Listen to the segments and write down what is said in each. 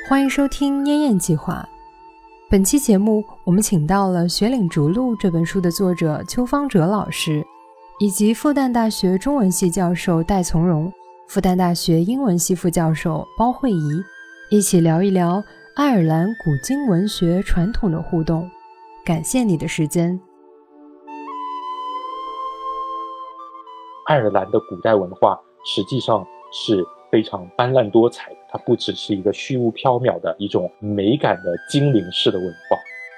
欢迎收听燕燕计划。本期节目我们请到了《雪岭逐鹿》这本书的作者邱方哲老师，以及复旦大学中文系教授戴从容、复旦大学英文系副教授包慧怡，一起聊一聊爱尔兰古今文学传统的互动。感谢你的时间。 爱尔兰的古代文化实际上是非常斑斓多彩的，它不只是一个虚无缥缈的一种美感的精灵式的文化。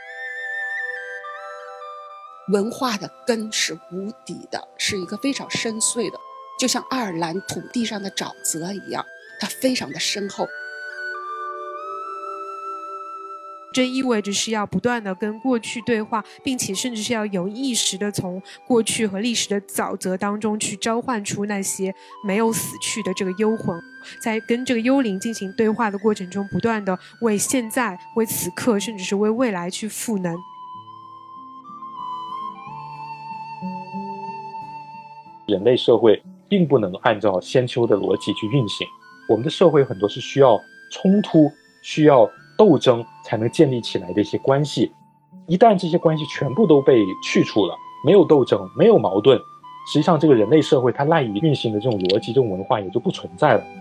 文化的根是无底的，是一个非常深邃的，就像爱尔兰土地上的沼泽一样，它非常的深厚。 这意味着是要不断的跟过去对话，并且甚至是要有意识的从过去和历史的沼泽当中去召唤出那些没有死去的这个幽魂，在跟这个幽灵进行对话的过程中，不断的为现在、为此刻，甚至是为未来去赋能。 人类社会并不能按照先丘的逻辑去运行，我们的社会很多是需要冲突、需要斗争才能建立起来的一些关系。一旦这些关系全部都被去除了，没有斗争，没有矛盾，实际上这个人类社会它赖以运行的这种逻辑、这种文化也就不存在了。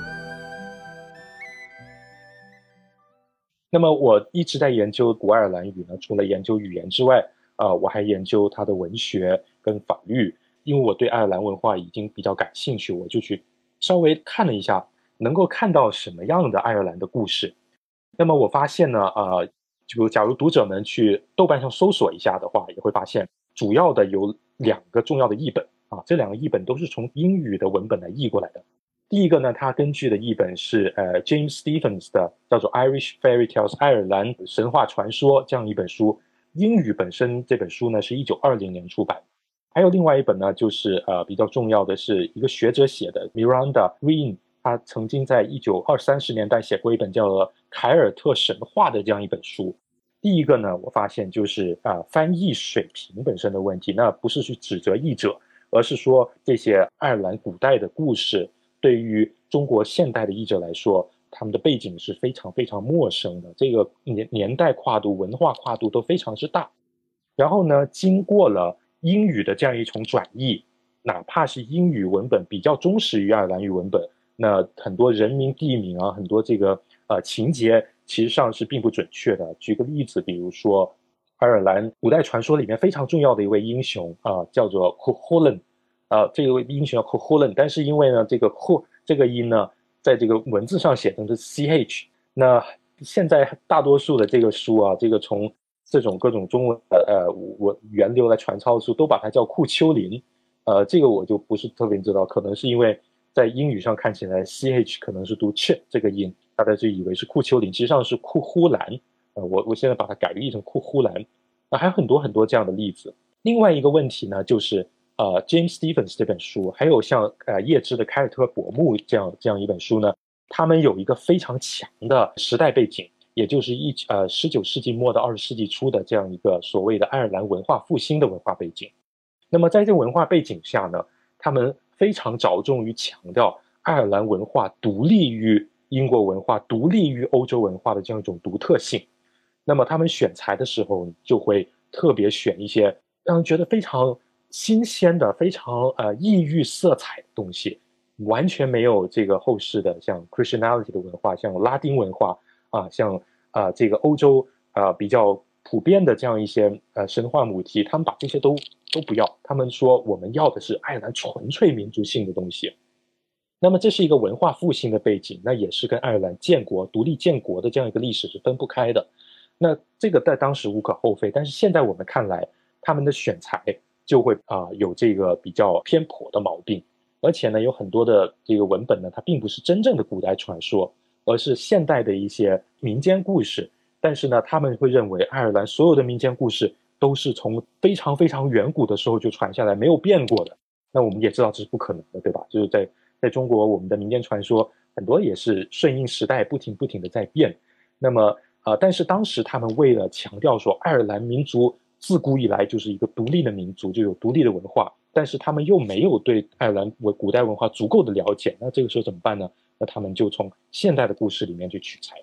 那么我一直在研究古爱尔兰语呢，除了研究语言之外，我还研究它的文学跟法律。因为我对爱尔兰文化已经比较感兴趣，我就去稍微看了一下，能够看到什么样的爱尔兰的故事。那么我发现呢，就假如读者们去豆瓣上搜索一下的话，也会发现主要的有两个重要的译本啊，这两个译本都是从英语的文本来译过来的。第一个呢，它根据的译本是James Stephens 的叫做 Irish Fairy Tales 爱尔兰神话传说这样一本书，英语本身这本书呢是1920年出版。还有另外一本呢，就是比较重要的是一个学者写的 Miranda Green， 他曾经在1920-30年代写过一本叫做《凯尔特神话》的这样一本书。第一个呢，我发现就是翻译水平本身的问题，那不是去指责译者，而是说这些爱尔兰古代的故事对于中国现代的译者来说，他们的背景是非常非常陌生的，这个年代跨度、文化跨度都非常之大。然后呢，经过了英语的这样一重转译，哪怕是英语文本比较忠实于爱尔兰语文本，那很多人名地名啊，很多这个情节其实上是并不准确的。举个例子，比如说爱尔兰古代传说里面非常重要的一位英雄叫做 Cuchulainn， 这位英雄叫 Cuchulainn， 但是因为呢这个 Hu 这个音呢在这个文字上写成是 CH， 那现在大多数的这个书啊，这个从这种各种中文源流来传抄的书都把它叫库丘林，这个我就不是特别知道，可能是因为在英语上看起来 CH 可能是读 ch 这个音，大家就以为是库丘林，实际上是库呼兰，我现在把它改译成库呼兰。还有很多很多这样的例子。另外一个问题呢，就是James Stephens 这本书，还有像叶芝的凯尔特伯木这样一本书呢，他们有一个非常强的时代背景，也就是19世纪末到20世纪初的这样一个所谓的爱尔兰文化复兴的文化背景。那么在这个文化背景下呢，他们非常着重于强调爱尔兰文化独立于英国文化、独立于欧洲文化的这样一种独特性。那么他们选材的时候就会特别选一些让人觉得非常新鲜的、非常异域色彩的东西，完全没有这个后世的像 Christianity 的文化，像拉丁文化像这个欧洲比较普遍的这样一些神话母题，他们把这些都不要，他们说我们要的是爱尔兰纯粹民族性的东西。那么这是一个文化复兴的背景，那也是跟爱尔兰建国、独立建国的这样一个历史是分不开的。那这个在当时无可厚非，但是现在我们看来，他们的选材就会有这个比较偏颇的毛病，而且呢，有很多的这个文本呢，它并不是真正的古代传说，而是现代的一些民间故事。但是呢，他们会认为爱尔兰所有的民间故事都是从非常非常远古的时候就传下来，没有变过的。那我们也知道这是不可能的，对吧？就是在中国，我们的民间传说很多也是顺应时代不停的在变。那么但是当时他们为了强调说爱尔兰民族自古以来就是一个独立的民族，就有独立的文化，但是他们又没有对爱尔兰古代文化足够的了解，那这个时候怎么办呢？那他们就从现代的故事里面去取材。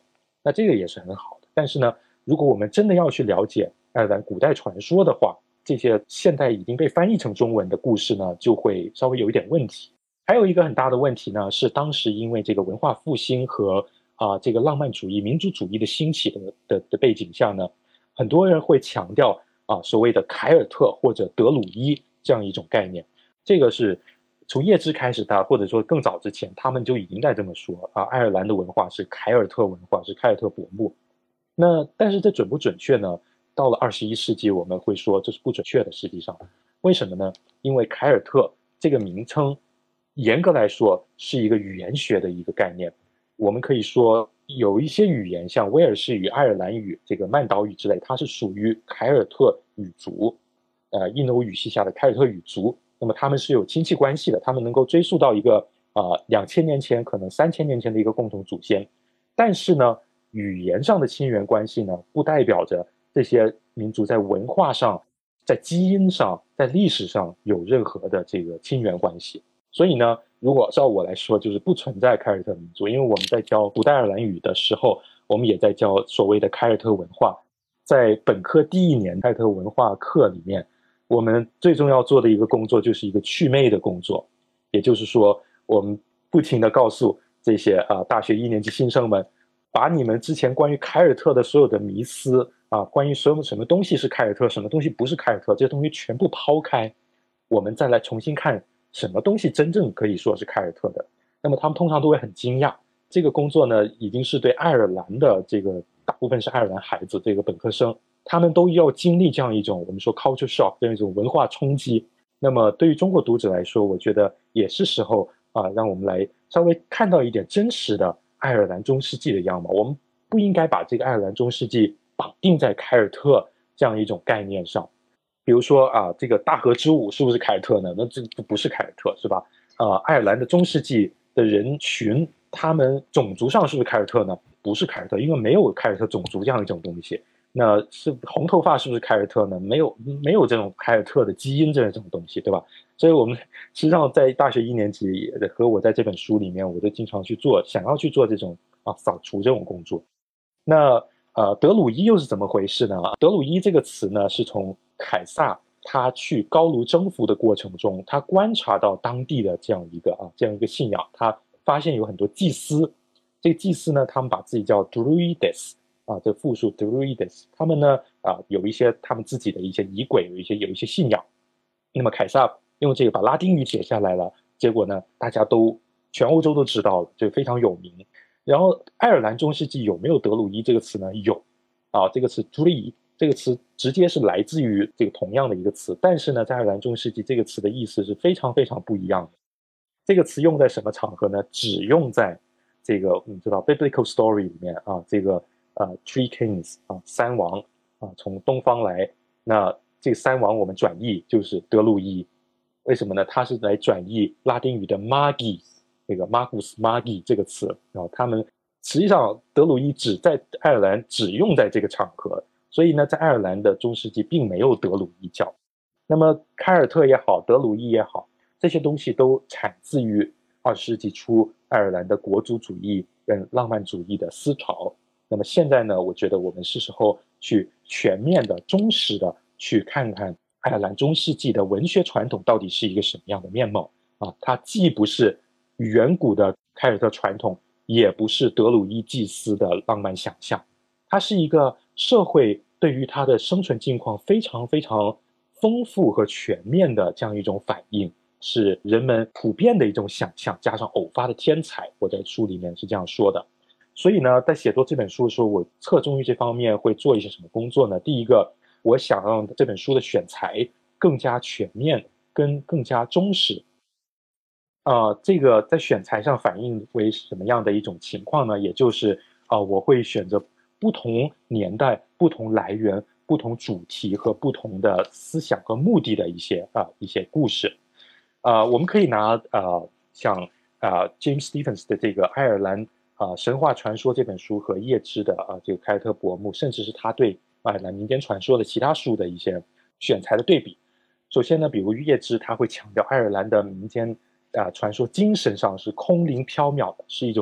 那这个也是很好的。但是呢，如果我们真的要去了解爱尔兰古代传说的话，这些现代已经被翻译成中文的故事呢，就会稍微有一点问题。还有一个很大的问题呢，是当时因为这个文化复兴和这个浪漫主义、民族主义的兴起的背景下呢，很多人会强调所谓的凯尔特或者德鲁伊这样一种概念。这个是从叶芝开始或者说更早之前，他们就已经在这么说爱尔兰的文化是凯尔特文化，是凯尔特伯木。那但是这准不准确呢？到了21世纪，我们会说这是不准确的。实际上，为什么呢？因为凯尔特这个名称，严格来说是一个语言学的一个概念。我们可以说有一些语言，像威尔士语、爱尔兰语、这个曼岛语之类，它是属于凯尔特语族，印欧语系下的凯尔特语族。那么他们是有亲戚关系的，他们能够追溯到一个2000年前，可能3000年前的一个共同祖先。但是呢，语言上的亲缘关系呢，不代表着这些民族在文化上、在基因上、在历史上有任何的这个亲缘关系。所以呢，如果照我来说，就是不存在凯尔特民族。因为我们在教古代爱尔兰语的时候，我们也在教所谓的凯尔特文化。在本科第1年凯尔特文化课里面，我们最重要做的一个工作就是一个祛魅的工作。也就是说，我们不停地告诉这些大学1年级新生们，把你们之前关于凯尔特的所有的迷思关于什么东西是凯尔特，什么东西不是凯尔特，这些东西全部抛开，我们再来重新看什么东西真正可以说是凯尔特的。那么他们通常都会很惊讶。这个工作呢，已经是对爱尔兰的这个大部分是爱尔兰孩子，这个本科生，他们都要经历这样一种我们说 culture shock 这样一种文化冲击。那么对于中国读者来说，我觉得也是时候让我们来稍微看到一点真实的爱尔兰中世纪的样貌。我们不应该把这个爱尔兰中世纪绑定在凯尔特这样一种概念上。比如说这个大河之舞是不是凯尔特呢？那这不是凯尔特，是吧？爱尔兰的中世纪的人群，他们种族上是不是凯尔特呢？不是凯尔特，因为没有凯尔特种族这样一种东西。那是红头发是不是凯尔特呢？没有这种凯尔特的基因这种东西，对吧？所以我们实际上在大学1年级和我在这本书里面，我就经常想要去做这种扫除这种工作。那德鲁伊又是怎么回事呢？德鲁伊这个词呢，是从凯撒他去高卢征服的过程中，他观察到当地的这样一个信仰，他发现有很多祭司，这个祭司呢，他们把自己叫 druides 这个复数 druides， 他们呢有一些他们自己的一些仪轨，有一些信仰。那么凯撒用这个把拉丁语写下来了，结果呢，大家全欧洲都知道了，就非常有名。然后爱尔兰中世纪有没有德鲁伊这个词呢？有这个词 druid 这个词直接是来自于这个同样的一个词，但是呢，在爱尔兰中世纪这个词的意思是非常非常不一样的。这个词用在什么场合呢？只用在这个我们知道 biblical story 里面这个three kings 3王从东方来，那这3王我们转译就是德鲁伊。为什么呢？它是来转译拉丁语的 magi， 这个 magus magi 这个词，然后他们实际上德鲁伊在爱尔兰只用在这个场合，所以呢，在爱尔兰的中世纪并没有德鲁伊教。那么凯尔特也好，德鲁伊也好，这些东西都产自于20世纪初爱尔兰的国族主义跟浪漫主义的思潮。那么现在呢，我觉得我们是时候去全面的、忠实的去看看爱尔兰中世纪的文学传统到底是一个什么样的面貌它既不是远古的凯尔特传统，也不是德鲁伊祭司的浪漫想象，它是一个社会对于它的生存境况非常非常丰富和全面的这样一种反应，是人们普遍的一种想象，加上偶发的天才。我在书里面是这样说的。所以呢，在写作这本书的时候，我侧重于这方面会做一些什么工作呢？第一个，我想让这本书的选材更加全面，更加忠实。这个在选材上反映为什么样的一种情况呢？也就是我会选择不同年代、不同来源、不同主题和不同的思想和目的的一些故事。我们可以拿像James Stephens 的这个爱尔兰神话传说这本书和叶芝的这个凯尔特伯木，甚至是他对爱尔兰民间传说的其他书的一些选材的对比。首先呢，比如叶芝他会强调爱尔兰的民间传说精神上是空灵缥缈的，是一种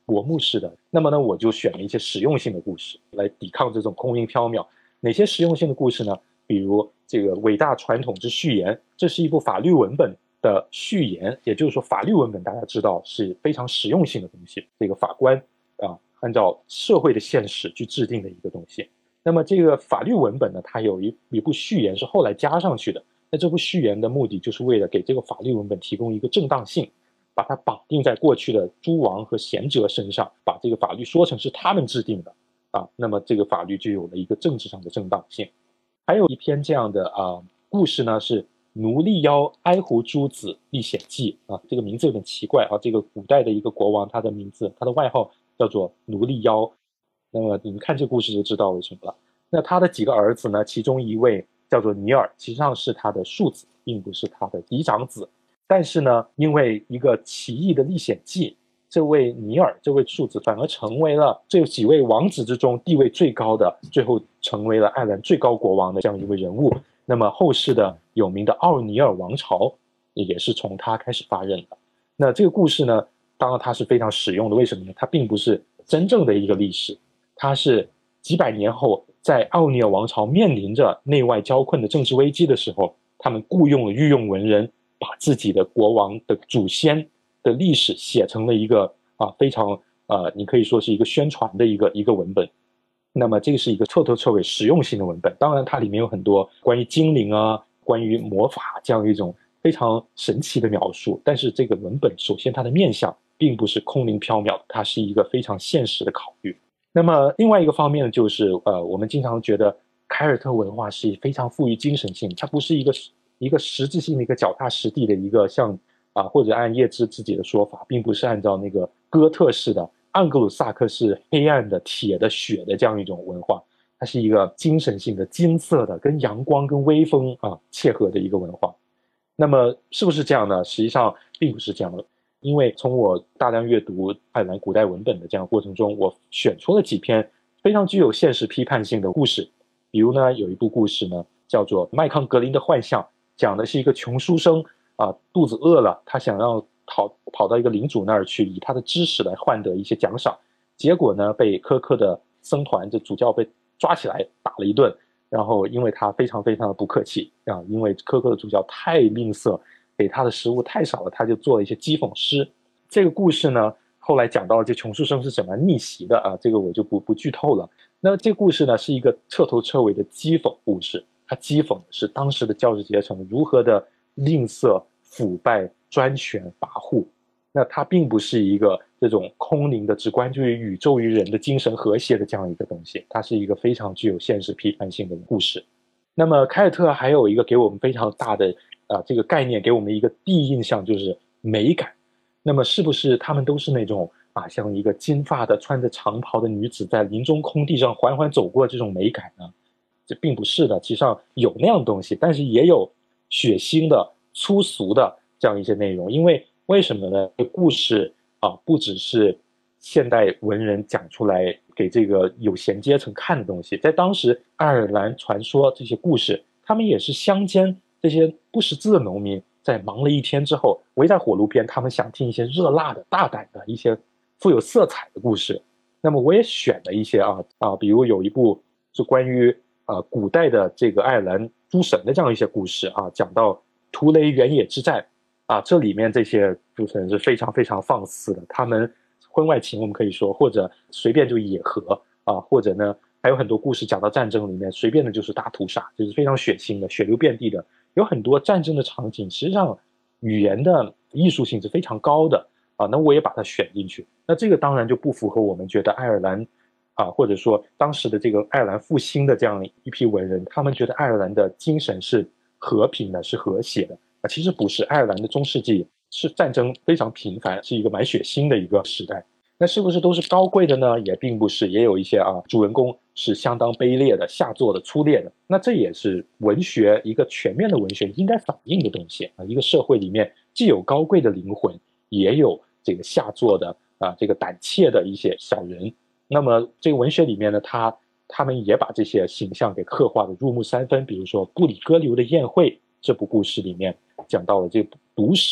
薄暮式的。那么呢，我就选了一些实用性的故事来抵抗这种空灵缥缈。哪些实用性的故事呢？比如这个伟大传统之序言，这是一部法律文本的序言，也就是说法律文本大家知道是非常实用性的东西，这个法官按照社会的现实去制定的一个东西。那么这个法律文本呢，它有一部序言是后来加上去的，那这部序言的目的就是为了给这个法律文本提供一个正当性，把它绑定在过去的诸王和贤哲身上，把这个法律说成是他们制定的那么这个法律就有了一个政治上的正当性。还有一篇这样的故事呢，是奴隶妖哀胡诸子历险记这个名字有点奇怪这个古代的一个国王，他的名字，他的外号叫做奴隶妖。那么你们看这个故事就知道为什么了。那他的几个儿子呢，其中一位叫做尼尔，实际上是他的庶子，并不是他的嫡长子。但是呢，因为一个奇异的历险记，这位尼尔，这位庶子反而成为了这几位王子之中地位最高的，最后成为了爱尔兰最高国王的这样一位人物。那么后世的有名的奥尼尔王朝也是从他开始发轫的。那这个故事呢，当然它是非常实用的，为什么呢？它并不是真正的一个历史，它是几百年后在奥尼尔王朝面临着内外交困的政治危机的时候，他们雇佣了御用文人，把自己的国王的祖先的历史写成了一个非常你可以说是一个宣传的一个文本。那么这个是一个彻头彻尾实用性的文本，当然它里面有很多关于精灵关于魔法这样一种非常神奇的描述，但是这个文本首先它的面向并不是空灵缥缈，它是一个非常现实的考虑。那么另外一个方面就是我们经常觉得凯尔特文化是非常富于精神性，它不是一个实质性的一个脚踏实地的一个像或者按叶芝自己的说法，并不是按照那个哥特式的盎格鲁撒克式黑暗的铁的血的这样一种文化，它是一个精神性的金色的跟阳光跟微风切合的一个文化。那么是不是这样呢？实际上并不是这样的，因为从我大量阅读爱尔兰古代文本的这样的过程中，我选出了几篇非常具有现实批判性的故事。比如呢，有一部故事呢叫做麦康格林的幻象，讲的是一个穷书生肚子饿了，他想要跑到一个领主那儿去，以他的知识来换得一些奖赏，结果呢被苛刻的僧团这主教被抓起来打了一顿，然后因为他非常非常的不客气因为苛刻的主教太吝啬，给他的食物太少了，他就做了一些讥讽诗。这个故事呢后来讲到这穷书生是怎么逆袭的这个我就不剧透了。那这个故事呢是一个彻头彻尾的讥讽故事，它讥讽的是当时的教士阶层如何的吝啬、腐败、专权、跋扈。那它并不是一个这种空灵的只关注于宇宙与人的精神和谐的这样一个东西，它是一个非常具有现实批判性的故事。那么凯尔特还有一个给我们非常大的这个概念，给我们一个第一印象就是美感。那么是不是他们都是那种像一个金发的穿着长袍的女子在林中空地上缓缓走过这种美感呢？这并不是的，其实上有那样东西，但是也有血腥的粗俗的这样一些内容。因为什么呢？故事不只是现代文人讲出来给这个有闲阶层看的东西，在当时爱尔兰传说这些故事，他们也是乡间这些不识字的农民在忙了一天之后围在火炉边，他们想听一些热辣的大胆的一些富有色彩的故事。那么我也选了一些比如有一部是关于古代的这个爱尔兰诸神的这样一些故事讲到图雷原野之战这里面这些诸神是非常非常放肆的，他们婚外情我们可以说，或者随便就野合或者呢还有很多故事讲到战争里面随便的就是大屠杀，就是非常血腥的，血流遍地的，有很多战争的场景，实际上语言的艺术性是非常高的那我也把它选进去。那这个当然就不符合我们觉得爱尔兰或者说当时的这个爱尔兰复兴的这样一批文人，他们觉得爱尔兰的精神是和平的，是和谐的其实不是，爱尔兰的中世纪是战争非常频繁，是一个蛮血腥的一个时代。那是不是都是高贵的呢？也并不是，也有一些主人公是相当卑劣的、下作的、粗劣的。那这也是文学一个全面的文学应该反映的东西一个社会里面既有高贵的灵魂，也有这个下作的这个胆怯的一些小人。那么这个文学里面呢，他们也把这些形象给刻画的入木三分。比如说布里戈留的宴会这部故事里面讲到了这个毒蛇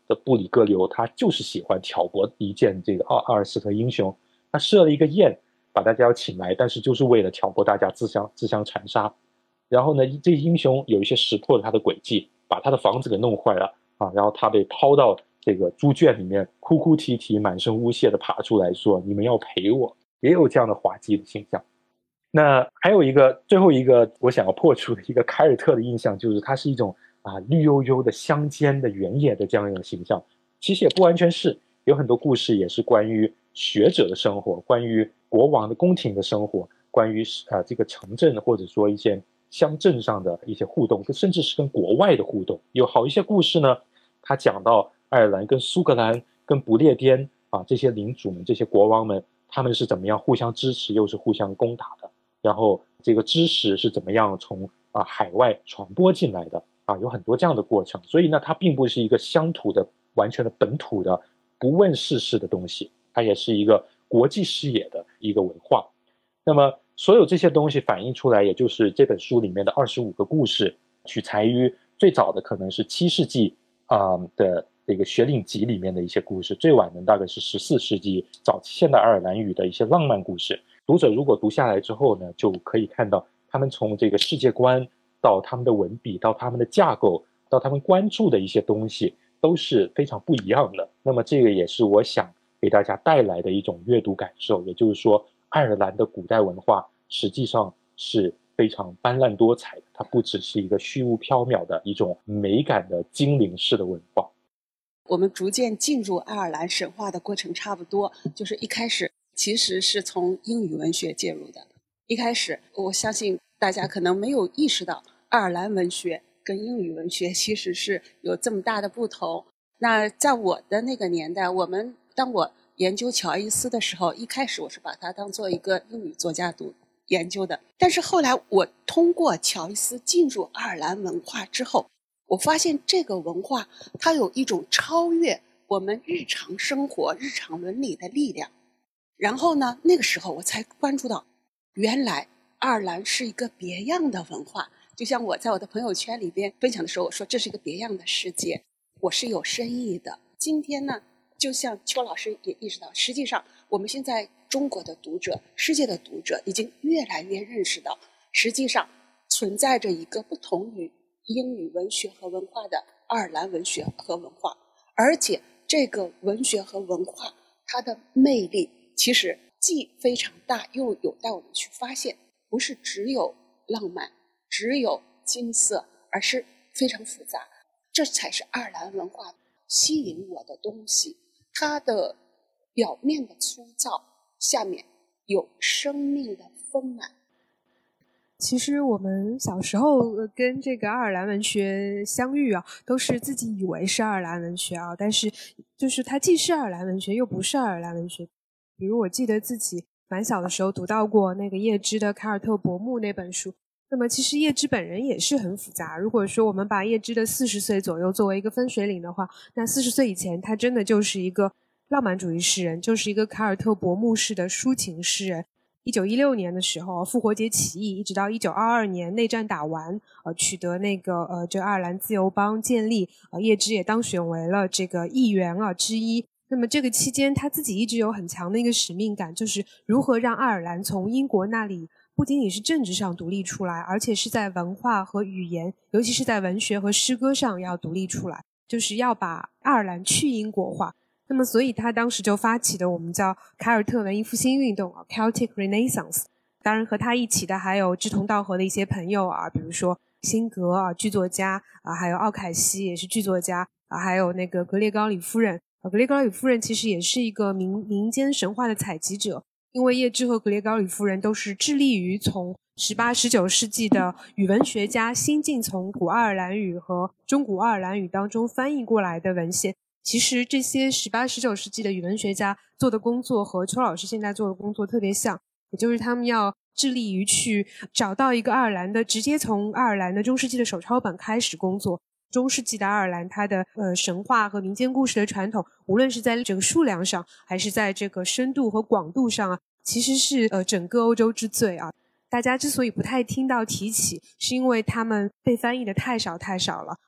的布里格流，他就是喜欢挑拨离间这个阿尔斯特英雄，他设了一个宴，把大家要请来，但是就是为了挑拨大家自相残杀。然后呢，这英雄有一些识破了他的诡计，把他的房子给弄坏了啊，然后他被抛到这个猪圈里面，哭哭啼啼、满身污血的爬出来说：“你们要赔我。”也有这样的滑稽的形象。那还有最后一个我想要破除的一个凯尔特的印象，就是它是一种绿油油的乡间的原野的这样一种形象。其实也不完全是，有很多故事也是关于学者的生活，关于国王的宫廷的生活，关于这个城镇或者说一些乡镇上的一些互动，甚至是跟国外的互动。有好一些故事呢，他讲到爱尔兰跟苏格兰跟不列颠这些领主们、这些国王们，他们是怎么样互相支持又是互相攻打的，然后这个知识是怎么样从海外传播进来的有很多这样的过程。所以呢，它并不是一个乡土的完全的本土的不问世事的东西，它也是一个国际视野的一个文化。那么所有这些东西反映出来，也就是这本书里面的25个故事，取材于最早的可能是7世纪的这个学岭集里面的一些故事，最晚的大概是14世纪早期现代爱尔兰语的一些浪漫故事。读者如果读下来之后呢，就可以看到他们从这个世界观到他们的文笔到他们的架构到他们关注的一些东西都是非常不一样的。那么这个也是我想给大家带来的一种阅读感受，也就是说爱尔兰的古代文化实际上是非常斑斓多彩的，它不只是一个虚无缥缈的一种美感的精灵式的文化。 我们逐渐进入爱尔兰神话的过程差不多，就是一开始其实是从英语文学介入的。一开始我相信大家可能没有意识到爱尔兰文学跟英语文学其实是有这么大的不同。那在我的那个年代，当我研究乔伊斯的时候，一开始我是把它当做一个英语作家研究的，但是后来我通过乔伊斯进入爱尔兰文化之后，我发现这个文化它有一种超越我们日常生活、日常伦理的力量。然后呢，那个时候我才关注到，原来爱尔兰是一个别样的文化。就像我在我的朋友圈里边分享的时候，我说这是一个别样的世界，我是有深意的。今天呢，就像邱老师也意识到，实际上我们现在中国的读者、世界的读者已经越来越认识到，实际上存在着一个不同于英语文学和文化的爱尔兰文学和文化，而且这个文学和文化它的魅力其实既非常大，又有待我们去发现，不是只有浪漫，只有金色，而是非常复杂。这才是爱尔兰文化吸引我的东西，它的表面的粗糙，下面有生命的丰满。 其实我们小时候跟这个爱尔兰文学相遇都是自己以为是爱尔兰文学但是就是它既是爱尔兰文学又不是爱尔兰文学。比如我记得自己蛮小的时候读到过那个叶芝的《凯尔特伯墓》那本书，那么其实叶芝本人也是很复杂。如果说我们把叶芝的40岁左右作为一个分水岭的话，那40岁以前他真的就是一个浪漫主义诗人，就是一个凯尔特伯墓式的抒情诗人。1916年的时候复活节起义，一直到1922年内战打完取得那个这爱尔兰自由邦建立，叶芝也当选为了这个议员之一。那么这个期间他自己一直有很强的一个使命感，就是如何让爱尔兰从英国那里不仅仅是政治上独立出来，而且是在文化和语言，尤其是在文学和诗歌上要独立出来，就是要把爱尔兰去英国化。那么所以他当时就发起的我们叫凯尔特文艺复兴运动Celtic Renaissance。 当然和他一起的还有志同道合的一些朋友比如说辛格剧作家还有奥凯西也是剧作家还有那个格列高里夫人。格列高里夫人其实也是一个民间神话的采集者，因为叶芝和格列高里夫人都是致力于从18、19世纪的语文学家新近从古爱尔兰语和中古爱尔兰语当中翻译过来的文献。其实这些18、19世纪的语文学家做的工作和邱老师现在做的工作特别像，也就是他们要致力于去找到一个爱尔兰的，直接从爱尔兰的中世纪的手抄本开始工作。中世纪的爱尔兰它的神话和民间故事的传统，无论是在这个数量上还是在这个深度和广度上其实是整个欧洲之最大家之所以不太听到提起，是因为他们被翻译的太少了。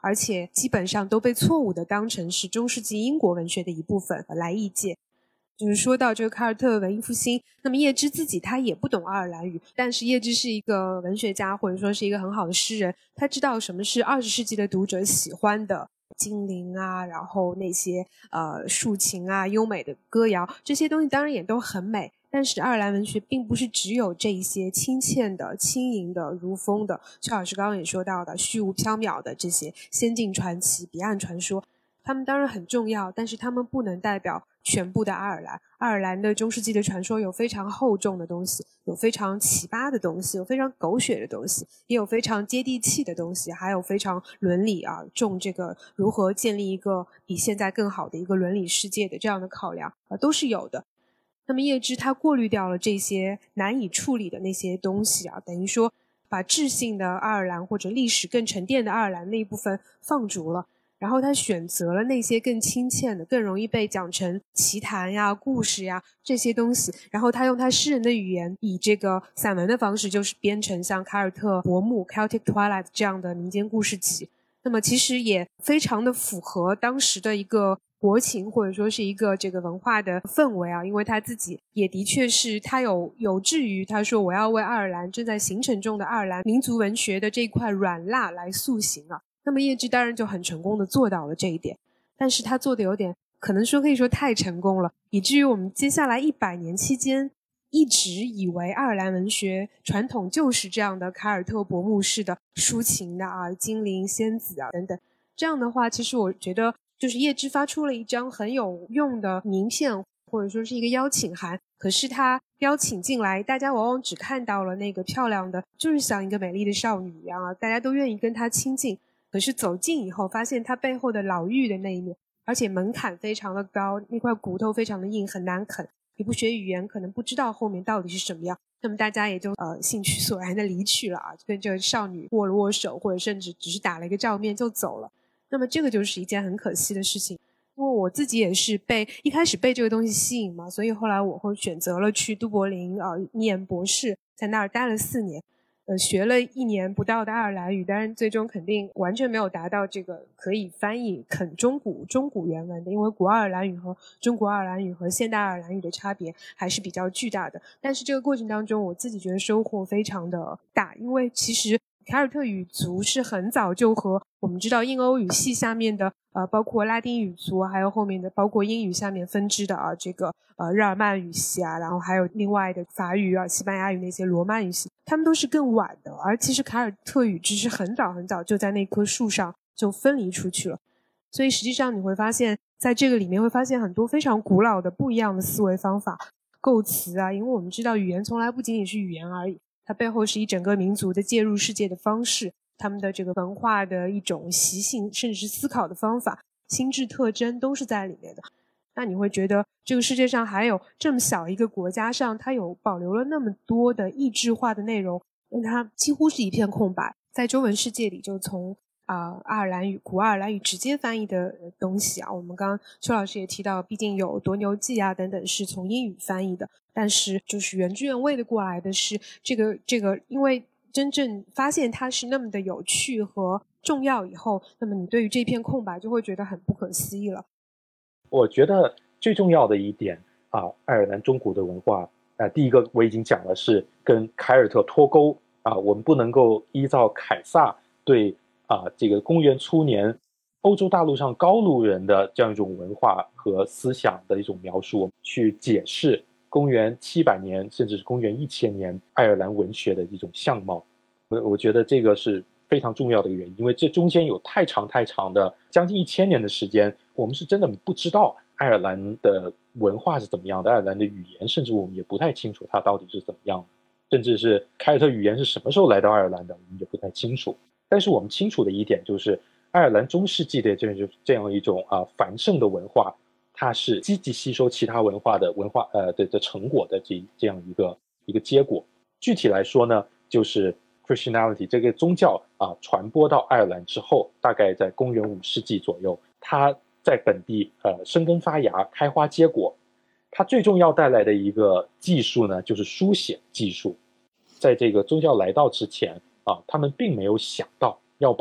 而且基本上都被错误地当成是中世纪英国文学的一部分来译介。就是说到这个凯尔特文艺复兴，那么叶芝自己他也不懂爱尔兰语，但是叶芝是一个文学家，或者说是一个很好的诗人，他知道什么是20世纪的读者喜欢的精灵啊，然后那些抒情啊、优美的歌谣，这些东西当然也都很美，但是爱尔兰文学并不是只有这一些亲切的、轻盈的、如风的，邱老师刚刚也说到的虚无缥缈的这些仙境传奇、彼岸传说，他们当然很重要，但是他们不能代表全部的爱尔兰。爱尔兰的中世纪的传说有非常厚重的东西，有非常奇葩的东西，有非常狗血的东西，也有非常接地气的东西，还有非常伦理啊，重这个如何建立一个比现在更好的一个伦理世界的这样的考量都是有的。那么叶芝他过滤掉了这些难以处理的那些东西啊，等于说把质性的爱尔兰或者历史更沉淀的爱尔兰那一部分放逐了，然后他选择了那些更亲切的、更容易被讲成奇谈呀、故事呀这些东西，然后他用他诗人的语言，以这个散文的方式，就是编成像凯尔特薄暮 Celtic Twilight 这样的民间故事集。那么其实也非常的符合当时的一个国情，或者说是一个这个文化的氛围啊，因为他自己也的确是他有志于他说我要为爱尔兰正在形成中的爱尔兰民族文学的这块软蜡来塑形啊。那么叶芝当然就很成功的做到了这一点，但是他做的有点可以说太成功了，以至于我们接下来100年期间一直以为爱尔兰文学传统就是这样的凯尔特薄暮式的抒情的啊，精灵仙子啊等等。这样的话其实我觉得就是叶芝发出了一张很有用的名片，或者说是一个邀请函，可是他邀请进来，大家往往只看到了那个漂亮的，就是像一个美丽的少女一样啊，大家都愿意跟她亲近，可是走近以后发现她背后的老妪的那一面，而且门槛非常的高，那块骨头非常的硬，很难啃，你不学语言可能不知道后面到底是什么样。那么大家也就兴趣索然的离去了啊，就跟这个少女握了握手，或者甚至只是打了一个照面就走了。那么这个就是一件很可惜的事情，因为我自己也是一开始被这个东西吸引嘛，所以后来我会选择了去都柏林念博士，在那儿待了4年，学了1年不到的爱尔兰语，当然最终肯定完全没有达到这个可以翻译啃中古原文的，因为古爱尔兰语和中国爱尔兰语和现代爱尔兰语的差别还是比较巨大的。但是这个过程当中我自己觉得收获非常的大，因为其实凯尔特语族是很早就和我们知道印欧语系下面的包括拉丁语族，还有后面的包括英语下面分支的这个日耳曼语系啊，然后还有另外的法语啊、西班牙语那些罗曼语系，他们都是更晚的，而其实凯尔特语只是很早很早就在那棵树上就分离出去了。所以实际上你会发现在这个里面会发现很多非常古老的不一样的思维方法、构词啊，因为我们知道语言从来不仅仅是语言而已，它背后是一整个民族的介入世界的方式，他们的这个文化的一种习性，甚至是思考的方法、心智特征都是在里面的。那你会觉得这个世界上还有这么小一个国家上，它有保留了那么多的异质化的内容，它几乎是一片空白。在中文世界里，就从爱尔兰语、古爱尔兰语直接翻译的东西啊，我们刚刚邱老师也提到，毕竟有夺牛记啊等等是从英语翻译的，但是就是原汁原味的过来的是这个，因为真正发现它是那么的有趣和重要以后，那么你对于这片空白就会觉得很不可思议了。 我觉得最重要的一点爱尔兰中古的文化第一个我已经讲了，是跟凯尔特脱钩我们不能够依照凯撒对这个公元初年欧洲大陆上高卢人的这样一种文化和思想的一种描述去解释公元700年甚至是公元1000年爱尔兰文学的一种相貌。我觉得这个是非常重要的原因，因为这中间有太长的将近1000年的时间，我们是真的不知道爱尔兰的文化是怎么样的，爱尔兰的语言甚至我们也不太清楚它到底是怎么样的，甚至是凯尔特语言是什么时候来到爱尔兰的我们也不太清楚。但是我们清楚的一点就是爱尔兰中世纪的这样一种繁盛的文化，它是积极吸收其他文化的成果的这样一个结果。具体来说呢，就是 Christianity 这个宗教传播到爱尔兰之后，大概在公元5世纪左右，它在本地生根发芽、开花结果。它最重要带来的一个技术呢，就是书写技术。在这个宗教来到之前他们并没有想到要把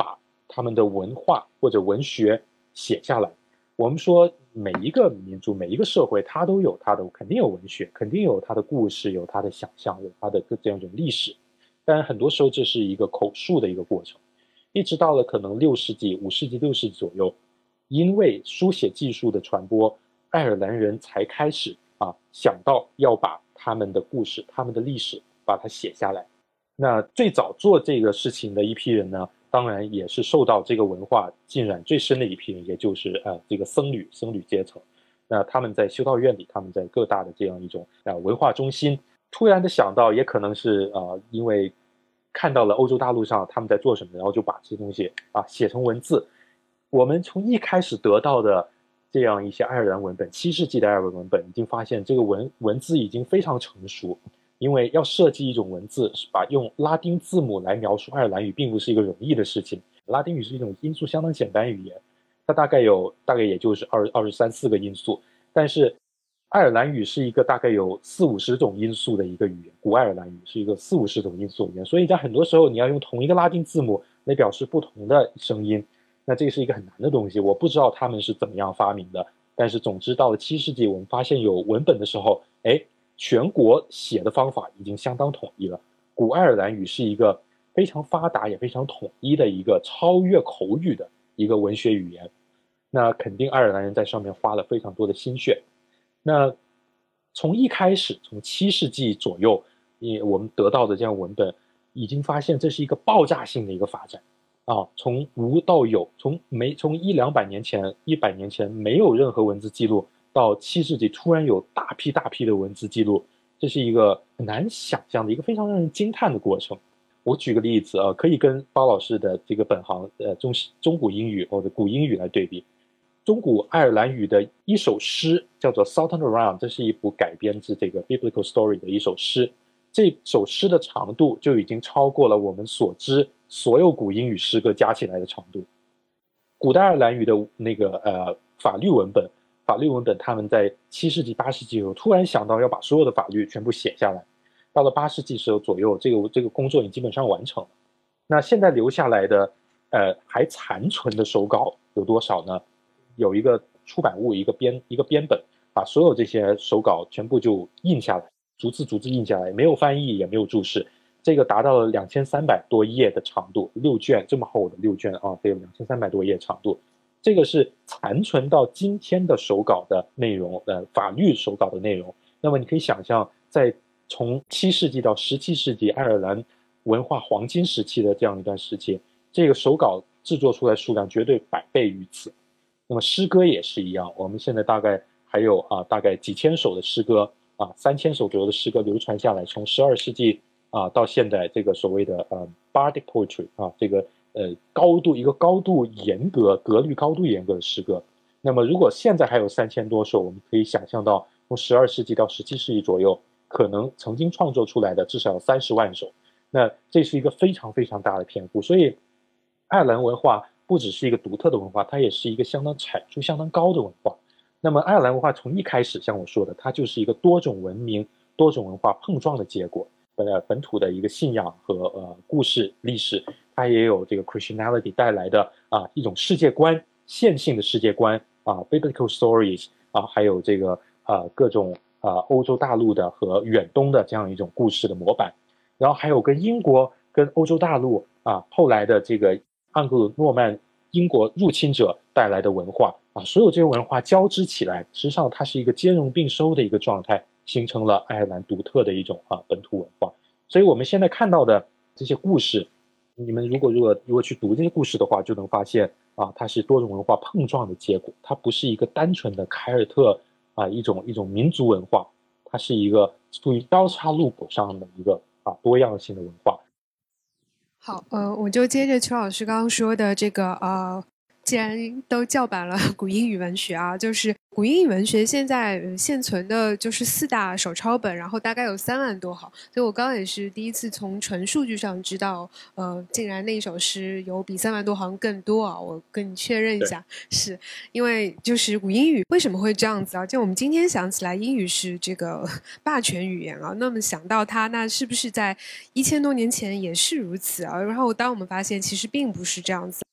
他们的文化或者文学写下来。我们说每一个民族每一个社会它都有它的，肯定有文学，肯定有它的故事，有它的想象，有它的这样一种历史，但很多时候这是一个口述的一个过程。一直到了可能5世纪6世纪左右，因为书写技术的传播，爱尔兰人才开始想到要把他们的故事他们的历史把它写下来。那最早做这个事情的一批人呢，当然也是受到这个文化浸染最深的一批人，也就是这个僧侣阶层。那他们在修道院里，他们在各大的这样一种文化中心，突然的想到，也可能是因为看到了欧洲大陆上他们在做什么，然后就把这些东西写成文字。我们从一开始得到的这样一些爱尔兰文本，7世纪的爱尔兰文本，已经发现这个文字已经非常成熟。因为要设计一种文字，把用拉丁字母来描述爱尔兰语并不是一个容易的事情。拉丁语是一种音素相当简单语言，它大概也就是23-24个音素，但是爱尔兰语是一个大概有40-50种音素的一个语言，古爱尔兰语是一个40-50种音素的语言，所以在很多时候你要用同一个拉丁字母来表示不同的声音，那这是一个很难的东西。我不知道他们是怎么样发明的，但是总之到了7世纪，我们发现有文本的时候，全国写的方法已经相当统一了。古爱尔兰语是一个非常发达也非常统一的一个超越口语的一个文学语言。那肯定爱尔兰人在上面花了非常多的心血。那从一开始，从7世纪左右，我们得到的这样文本，已经发现这是一个爆炸性的一个发展从无到有，从100-200年前100年前没有任何文字记录，到7世纪突然有大批的文字记录，这是一个很难想象的一个非常让人惊叹的过程。我举个例子可以跟包老师的这个本行中古英语或者古英语来对比。中古爱尔兰语的一首诗叫做 Salton Around， 这是一部改编自这个 Biblical Story 的一首诗。这首诗的长度就已经超过了我们所知所有古英语诗歌加起来的长度。古代爱尔兰语的那个法律文本，他们在7世纪8世纪后突然想到要把所有的法律全部写下来，到了8世纪时候左右，这个工作已经基本上完成了。那现在留下来的还残存的手稿有多少呢？有一个出版物，一个编本，把所有这些手稿全部就印下来，逐字印下来，没有翻译也没有注释，这个达到了2300多页的长度，6卷这么厚的6卷得有2300多页长度。这个是残存到今天的手稿的内容，法律手稿的内容。那么你可以想象，在从7世纪到17世纪爱尔兰文化黄金时期的这样一段时期，这个手稿制作出来数量绝对100倍于此。那么诗歌也是一样，我们现在大概还有大概几千首的诗歌3000首左右的诗歌流传下来，从12世纪到现在这个所谓的Bardic Poetry 这个高度严格格律高度严格的诗歌。那么如果现在还有3000多首，我们可以想象到从12世纪到17世纪左右，可能曾经创作出来的至少有30万首。那这是一个非常非常大的篇幅，所以爱尔兰文化不只是一个独特的文化，它也是一个相当产出相当高的文化。那么爱尔兰文化从一开始像我说的，它就是一个多种文明多种文化碰撞的结果。本土的一个信仰和故事历史，它也有这个 Christianity 带来的一种世界观，线性的世界观Biblical Stories 还有这个各种欧洲大陆的和远东的这样一种故事的模板。然后还有跟英国跟欧洲大陆后来的这个盎格鲁诺曼英国入侵者带来的文化所有这些文化交织起来，实际上它是一个兼容并收的一个状态，形成了爱尔兰独特的一种本土文化。所以我们现在看到的这些故事，你们如果去读这些故事的话，就能发现它是多种文化碰撞的结果，它不是一个单纯的凯尔特一种民族文化，它是一个处于交叉路口上的一个多样性的文化。 好，我就接着邱老师刚刚说的这个既然都叫板了古英语文学就是古英语文学现在现存的就是4大手抄本，然后大概有3万多行，所以我刚刚也是第一次从纯数据上知道竟然那一首诗有比3万多行更多我跟你确认一下，是因为就是古英语为什么会这样子就我们今天想起来英语是这个霸权语言那么想到它，那是不是在1000多年前也是如此然后当我们发现其实并不是这样子，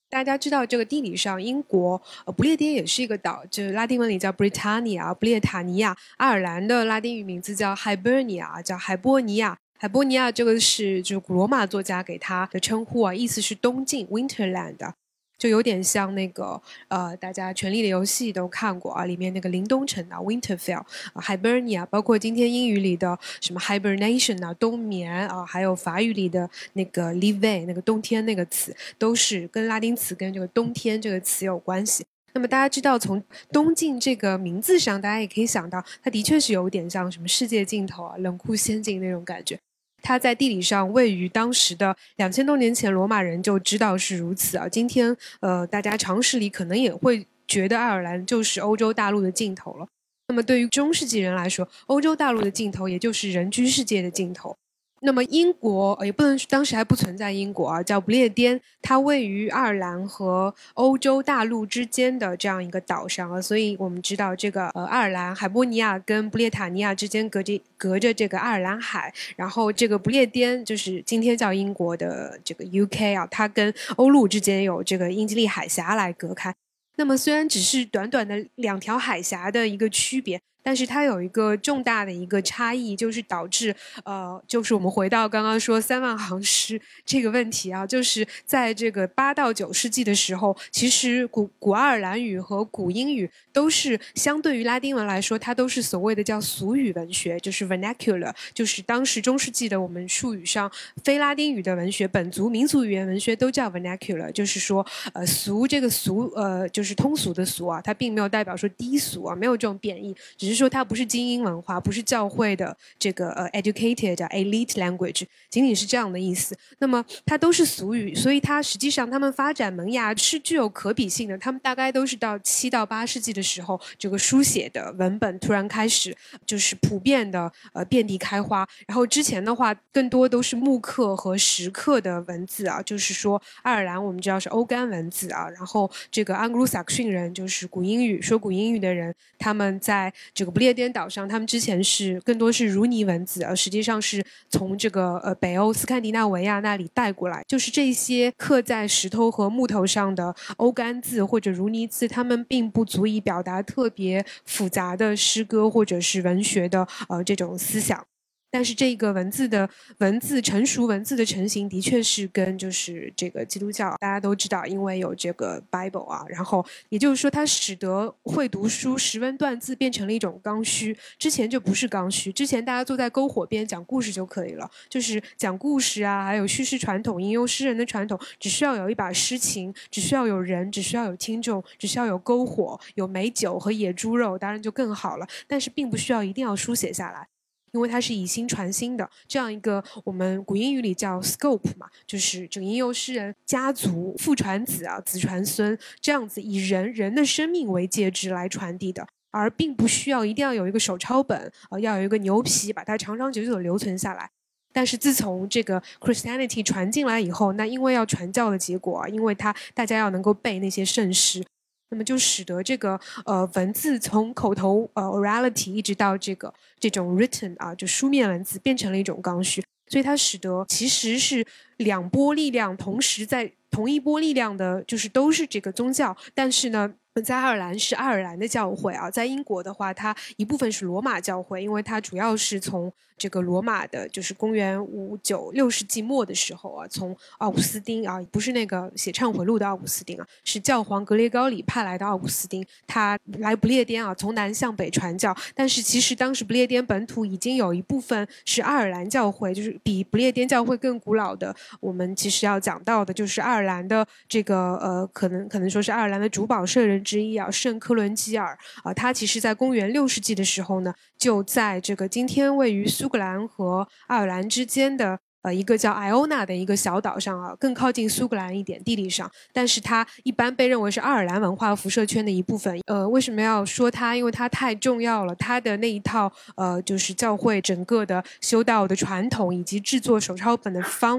大家知道这个地理上，英国不列颠也是一个岛，就是拉丁文里叫 Britannia 不列塔尼亚，爱尔兰的拉丁语名字叫 Hibernia 叫海波尼亚。海波尼亚这个是就是古罗马作家给它的称呼啊，意思是东境 Winterland， 就有点像那个大家《权力的游戏》都看过啊，里面那个林东城啊 Winterfell，Hibernia， 包括今天英语里的什么 hibernation 啊冬眠啊，还有法语里的那个 l'hiver 那个冬天那个词，都是跟拉丁词跟这个冬天这个词有关系。那么大家知道，从东境这个名字上，大家也可以想到，它的确是有点像什么世界尽头啊、冷酷仙境那种感觉。它在地理上位于当时的2000多年前，罗马人就知道是如此啊。今天大家常识里可能也会觉得爱尔兰就是欧洲大陆的尽头了。那么对于中世纪人来说，欧洲大陆的尽头也就是人居世界的尽头。那么英国也不能，当时还不存在英国啊，叫不列颠，它位于爱尔兰和欧洲大陆之间的这样一个岛上啊，所以我们知道这个爱尔兰海波尼亚跟不列塔尼亚之间隔着这个爱尔兰海，然后这个不列颠就是今天叫英国的这个 UK 啊，它跟欧陆之间有这个英吉利海峡来隔开。那么虽然只是短短的2条海峡的一个区别，但是它有一个重大的一个差异，就是导致就是我们回到刚刚说3万行诗这个问题啊，就是在这个8到9世纪的时候，其实古爱尔兰语和古英语都是相对于拉丁文来说，它都是所谓的叫俗语文学，就是 vernacular， 就是当时中世纪的我们术语上非拉丁语的文学，本族民族语言文学都叫 vernacular， 就是说俗这个俗就是通俗的俗啊，它并没有代表说低俗啊，没有这种贬义，只是说它不是精英文化，不是教会的这个educated elite language， 仅仅是这样的意思。那么它都是俗语，所以它实际上它们发展萌芽是具有可比性的。他们大概都是到7到8世纪的时候，这个书写的文本突然开始就是普遍的遍地开花。然后之前的话，更多都是木刻和石刻的文字啊，就是说爱尔兰我们知道是欧干文字啊，然后这个安格鲁萨克逊人就是古英语说古英语的人，他们在这个不列颠岛上，他们之前是更多是如尼文字，实际上是从这个北欧斯堪的纳维亚那里带过来，就是这些刻在石头和木头上的欧干字或者如尼字，他们并不足以表达特别复杂的诗歌或者是文学的这种思想。但是这个成熟文字的成型的确是跟就是这个基督教大家都知道，因为有这个 Bible 啊，然后也就是说它使得会读书识文断字变成了一种刚需，之前就不是刚需，之前大家坐在篝火边讲故事就可以了，就是讲故事啊，还有叙事传统吟游诗人的传统，只需要有一把诗琴，只需要有人，只需要有听众，只需要有篝火，有美酒和野猪肉，当然就更好了，但是并不需要一定要书写下来，因为它是以心传心的，这样一个我们古英语里叫 scope 嘛，就是这个吟游诗人家族父传子啊，子传孙，这样子以人的生命为介质来传递的，而并不需要一定要有一个手抄本要有一个牛皮把它长长久久的留存下来。但是自从这个 Christianity 传进来以后，那因为要传教的结果因为大家要能够背那些圣诗，那么就使得这个文字从口头orality 一直到这种 written 就书面文字变成了一种刚需，所以它使得其实是2波力量同时在同一波力量的，就是都是这个宗教，但是呢在爱尔兰是爱尔兰的教会在英国的话它一部分是罗马教会，因为它主要是从这个罗马的就是公元5、9、6世纪末的时候从奥古斯丁不是那个写忏悔录的奥古斯丁是教皇格列高里派来的奥古斯丁，他来不列颠从南向北传教，但是其实当时不列颠本土已经有一部分是爱尔兰教会，就是比不列颠教会更古老的，我们其实要讲到的就是爱尔兰的这个可能说是爱尔兰的主保圣人之一圣科伦基尔他其实在公元6世纪的时候呢，就在这个今天位于苏格兰和爱尔兰之间的一个叫艾欧纳的一个小岛上更靠近苏格兰一点地理上，但是它一般被认为是爱尔兰文化辐射圈的一部分。为什么要说它？因为它太重要了，它的那一套就是教会整个的修道的传统以及制作手抄本的方法，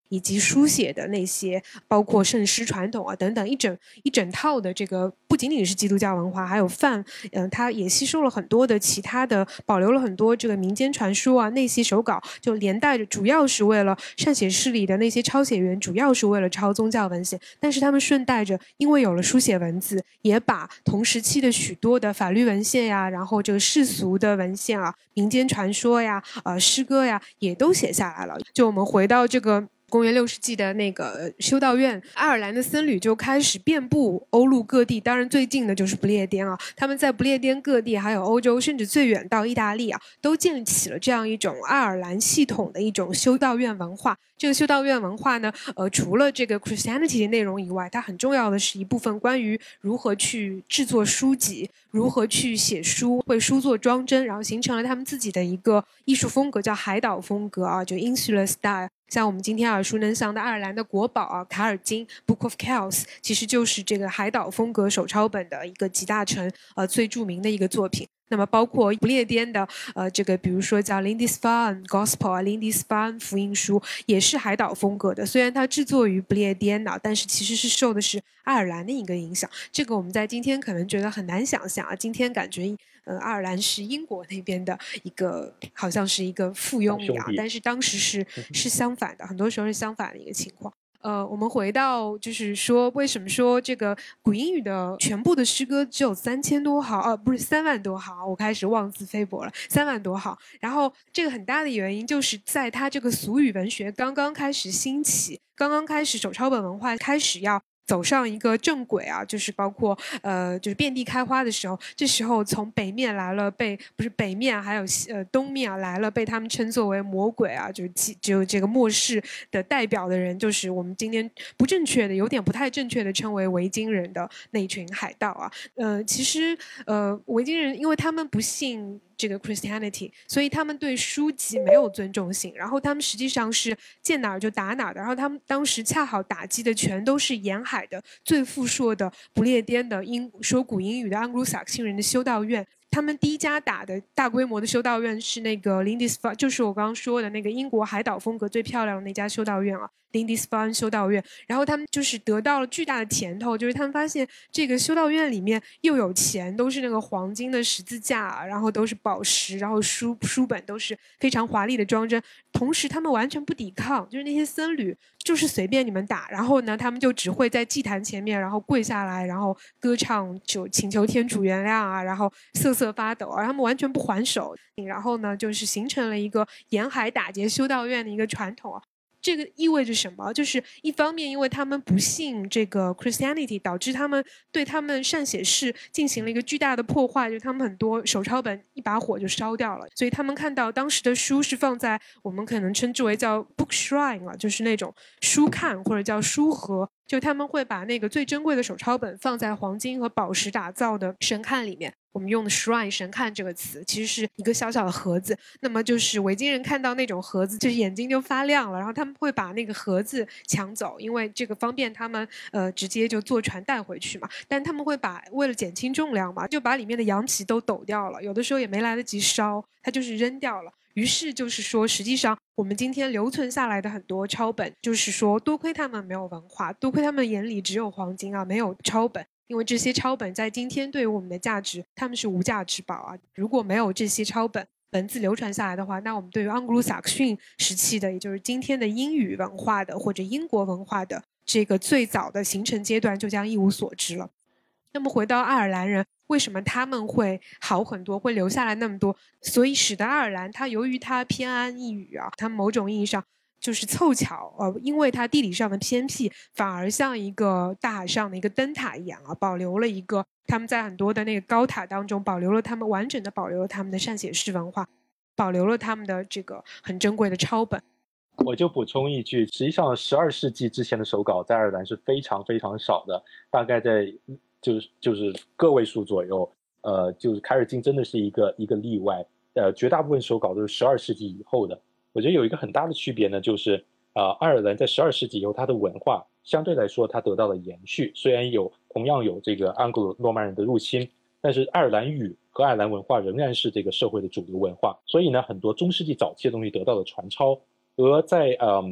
以及书写的那些，包括圣诗传统啊等等一整套的这个，不仅仅是基督教文化，还有它也吸收了很多的其他的，保留了很多这个民间传说啊，那些手稿就连带着，主要是为了善写室里的那些抄写员，主要是为了抄宗教文献，但是他们顺带着，因为有了书写文字，也把同时期的许多的法律文献呀，然后这个世俗的文献啊，民间传说呀，诗歌呀，也都写下来了。就我们回到这个公元6世纪的那个修道院，爱尔兰的僧侣就开始遍布欧陆各地，当然最近的就是不列颠啊，他们在不列颠各地，还有欧洲，甚至最远到意大利啊，都建立起了这样一种爱尔兰系统的一种修道院文化。这个修道院文化呢，除了这个 Christianity 的内容以外，它很重要的是一部分关于如何去制作书籍，如何去写书，为书做装帧，然后形成了他们自己的一个艺术风格，叫海岛风格啊，就 Insular Style。像我们今天耳熟能详的爱尔兰的国宝啊，卡尔金 Book of Kells， 其实就是这个海岛风格手抄本的一个集大成，最著名的一个作品。那么包括不列颠的这个比如说叫 Lindisfarne Gospel 啊 Lindisfarne 福音书也是海岛风格的，虽然它制作于不列颠啊，但是其实是受的是爱尔兰的一个影响。这个我们在今天可能觉得很难想象啊，今天感觉爱尔兰是英国那边的一个好像是一个附庸一样，但是当时是相反的，很多时候是相反的一个情况。我们回到就是说，为什么说这个古英语的全部的诗歌只有3000多行，不是3万多行，我开始妄自菲薄了，3万多行。然后这个很大的原因就是在它这个俗语文学刚刚开始兴起，刚刚开始手抄本文化开始要走上一个正轨啊，就是包括就是遍地开花的时候，这时候从北面来了不是北面还有东面来了被他们称作为魔鬼啊，就这个末世的代表的人，就是我们今天有点不太正确的称为维京人的那群海盗啊。其实维京人因为他们不信这个 Christianity， 所以他们对书籍没有尊重性，然后他们实际上是见哪儿就打哪儿的，然后他们当时恰好打击的全都是沿海的最富庶的不列颠的说古英语的安格鲁萨克逊人的修道院。他们第一家打的大规模的修道院是那个 Lindisfarne， 就是我刚刚说的那个英国海岛风格最漂亮的那家修道院啊， Lindisfarne 修道院。然后他们就是得到了巨大的甜头，就是他们发现这个修道院里面又有钱，都是那个黄金的十字架，然后都是宝石，然后书本都是非常华丽的装帧，同时他们完全不抵抗，就是那些僧侣就是随便你们打，然后呢他们就只会在祭坛前面然后跪下来，然后歌唱，就请求天主原谅啊，然后瑟瑟发抖，而他们完全不还手，然后呢就是形成了一个沿海打劫修道院的一个传统啊。这个意味着什么？就是一方面因为他们不信这个 Christianity， 导致他们对他们善写室进行了一个巨大的破坏，就他们很多手抄本一把火就烧掉了，所以他们看到当时的书是放在我们可能称之为叫 book shrine 啊，就是那种书看或者叫书盒，就他们会把那个最珍贵的手抄本放在黄金和宝石打造的神龛里面。我们用的 shrine 神龛这个词其实是一个小小的盒子，那么就是维京人看到那种盒子就是眼睛就发亮了，然后他们会把那个盒子抢走，因为这个方便他们直接就坐船带回去嘛，但他们会为了减轻重量嘛，就把里面的羊皮都抖掉了，有的时候也没来得及烧，它就是扔掉了。于是就是说实际上我们今天留存下来的很多抄本，就是说多亏他们没有文化，多亏他们眼里只有黄金啊，没有抄本，因为这些抄本在今天对于我们的价值他们是无价之宝啊。如果没有这些抄本文字流传下来的话，那我们对于盎格鲁撒克逊时期的，也就是今天的英语文化的或者英国文化的这个最早的形成阶段就将一无所知了。那么回到爱尔兰人，为什么他们会好很多，会留下来那么多？所以使得爱尔兰它由于它偏安一隅啊，它某种意义上就是凑巧因为它地理上的偏僻，反而像一个大海上的一个灯塔一样啊，保留了一个他们在很多的那个高塔当中完整的保留了他们的善写诗文化，保留了他们的这个很珍贵的抄本。 我就补充一句，实际上12世纪之前的手稿在爱尔兰是非常非常少的，大概在就是个位数左右。就是凯尔金真的是一个例外。绝大部分手稿都是12世纪以后的。我觉得有一个很大的区别呢，就是爱尔兰在12世纪以后，它的文化相对来说它得到了延续，虽然同样有这个安格鲁诺曼人的入侵，但是爱尔兰语和爱尔兰文化仍然是这个社会的主流文化。所以呢，很多中世纪早期的东西得到了传抄。而在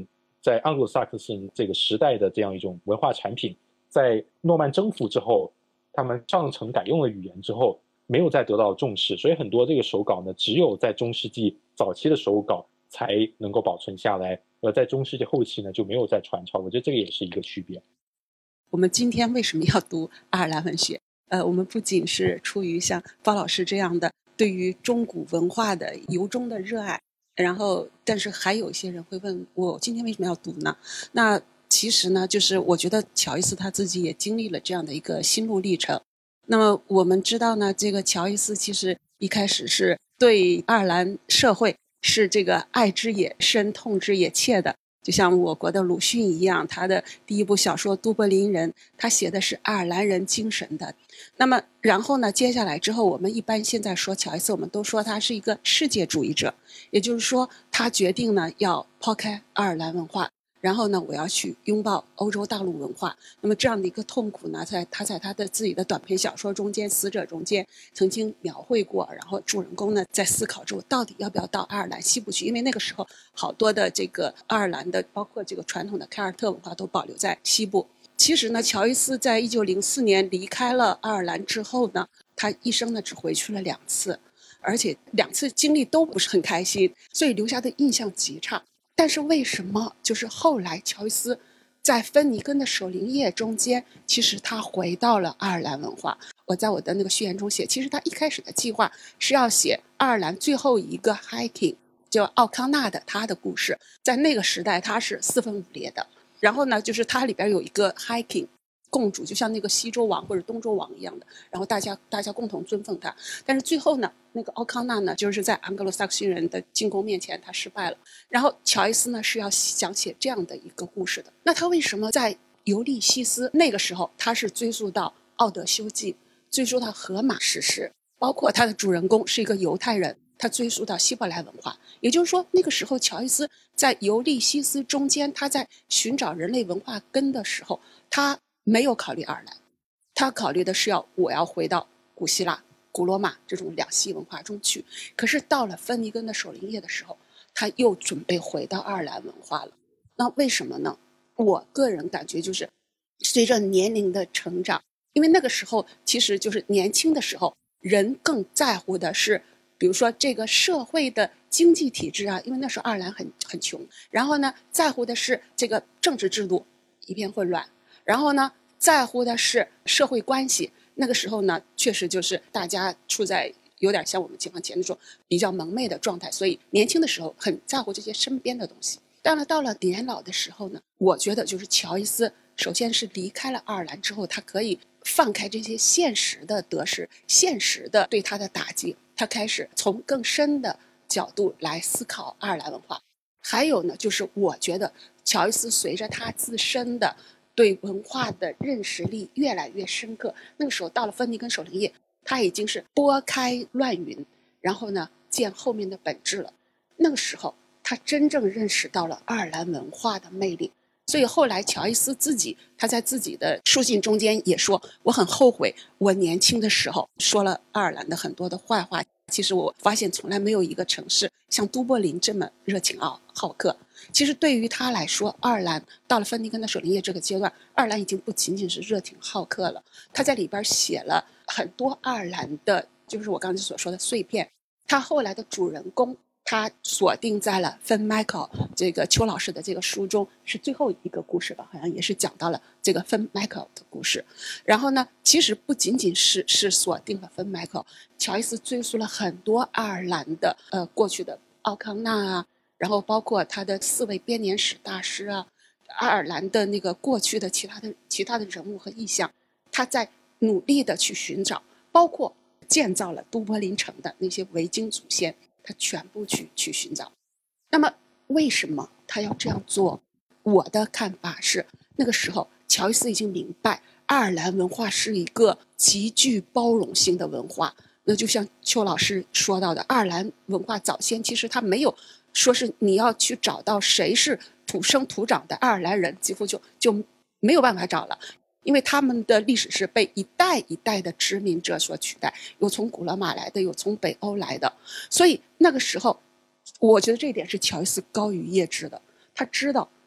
在盎格鲁撒克逊这个时代的这样一种文化产品，在诺曼征服之后，他们上层改用了语言之后，没有再得到重视，所以很多这个手稿呢，只有在中世纪早期的手稿才能够保存下来，而在中世纪后期呢，就没有再传抄。我觉得这个也是一个区别。 我们今天为什么要读爱尔兰文学？我们不仅是出于像包老师这样的对于中古文化的由衷的热爱，然后但是还有一些人会问我今天为什么要读呢？那其实呢，就是我觉得乔伊斯他自己也经历了这样的一个心路历程。那么我们知道呢，这个乔伊斯其实一开始是对爱尔兰社会是这个爱之也深痛之也切的，就像我国的鲁迅一样，他的第一部小说《都柏林人》，他写的是爱尔兰人精神的。那么然后呢，接下来之后，我们一般现在说乔伊斯，我们都说他是一个世界主义者，也就是说他决定呢要抛开爱尔兰文化，然后呢我要去拥抱欧洲大陆文化。那么这样的一个痛苦呢，他在他的自己的短篇小说中间《死者》中间曾经描绘过。然后主人公呢在思考着我到底要不要到爱尔兰西部去，因为那个时候好多的这个爱尔兰的包括这个传统的凯尔特文化都保留在西部。其实呢，乔伊斯在1904年离开了爱尔兰之后呢，他一生呢只回去了2次，而且2次经历都不是很开心，所以留下的印象极差。但是为什么就是后来乔伊斯在芬尼根的守灵夜中间，其实他回到了爱尔兰文化。我在我的那个序言中写，其实他一开始的计划是要写爱尔兰最后一个 High King 叫奥康纳的他的故事，在那个时代他是4分5裂的。然后呢，就是它里边有一个 High King 共主，就像那个西周王或者东周王一样的，然后大家共同尊奉他。但是最后呢，那个奥康纳呢，就是在盎格鲁撒克逊人的进攻面前他失败了。然后乔伊斯呢是要想写这样的一个故事的。那他为什么在尤利西斯那个时候他是追溯到奥德修记，追溯到荷马史诗，包括他的主人公是一个犹太人，他追溯到希伯来文化。也就是说那个时候乔伊斯在尤利西斯中间，他在寻找人类文化根的时候，他没有考虑爱尔兰，他考虑的是我要回到古希腊古罗马这种两系文化中去。可是到了芬尼根的守灵夜的时候，他又准备回到爱尔兰文化了。那为什么呢？我个人感觉就是随着年龄的成长，因为那个时候其实就是年轻的时候，人更在乎的是比如说这个社会的经济体制啊，因为那时候爱尔兰很穷，然后呢在乎的是这个政治制度一片混乱，然后呢在乎的是社会关系。那个时候呢确实就是大家处在有点像我们解放前那种比较蒙昧的状态，所以年轻的时候很在乎这些身边的东西。当然到了年老的时候呢，我觉得就是乔伊斯首先是离开了爱尔兰之后，他可以放开这些现实的得失，现实的对他的打击，他开始从更深的角度来思考爱尔兰文化。还有呢，就是我觉得乔伊斯随着他自身的对文化的认识力越来越深刻，那个时候到了芬尼根守灵夜，他已经是拨开乱云，然后呢见后面的本质了。那个时候他真正认识到了爱尔兰文化的魅力。所以后来乔伊斯他在自己的书信中间也说，我很后悔我年轻的时候说了爱尔兰的很多的坏话。其实我发现从来没有一个城市像都柏林这么热情好客。其实对于他来说，爱尔兰到了芬尼根的守灵夜这个阶段，爱尔兰已经不仅仅是热情好客了，他在里边写了很多爱尔兰的就是我刚才所说的碎片。他后来的主人公他锁定在了芬 Michael 这个邱老师的这个书中，是最后一个故事吧，好像也是讲到了这个芬 Michael 的故事。然后呢其实不仅仅是锁定了芬 Michael， 乔伊斯追溯了很多爱尔兰的过去的奥康纳啊，然后包括他的4位编年史大师啊，爱尔兰的那个过去的其他的人物和意象，他在努力的去寻找，包括建造了都柏林城的那些维京祖先，他全部去寻找。那么为什么他要这样做？我的看法是，那个时候乔伊斯已经明白爱尔兰文化是一个极具包容性的文化。那就像邱老师说到的，爱尔兰文化早先其实他没有说是你要去找到谁是土生土长的爱尔兰人，几乎就没有办法找了，因为他们的历史是被一代一代的殖民者所取代，有从古罗马来的，有从北欧来的。所以那个时候我觉得这一点是乔伊斯高于叶芝的，他知道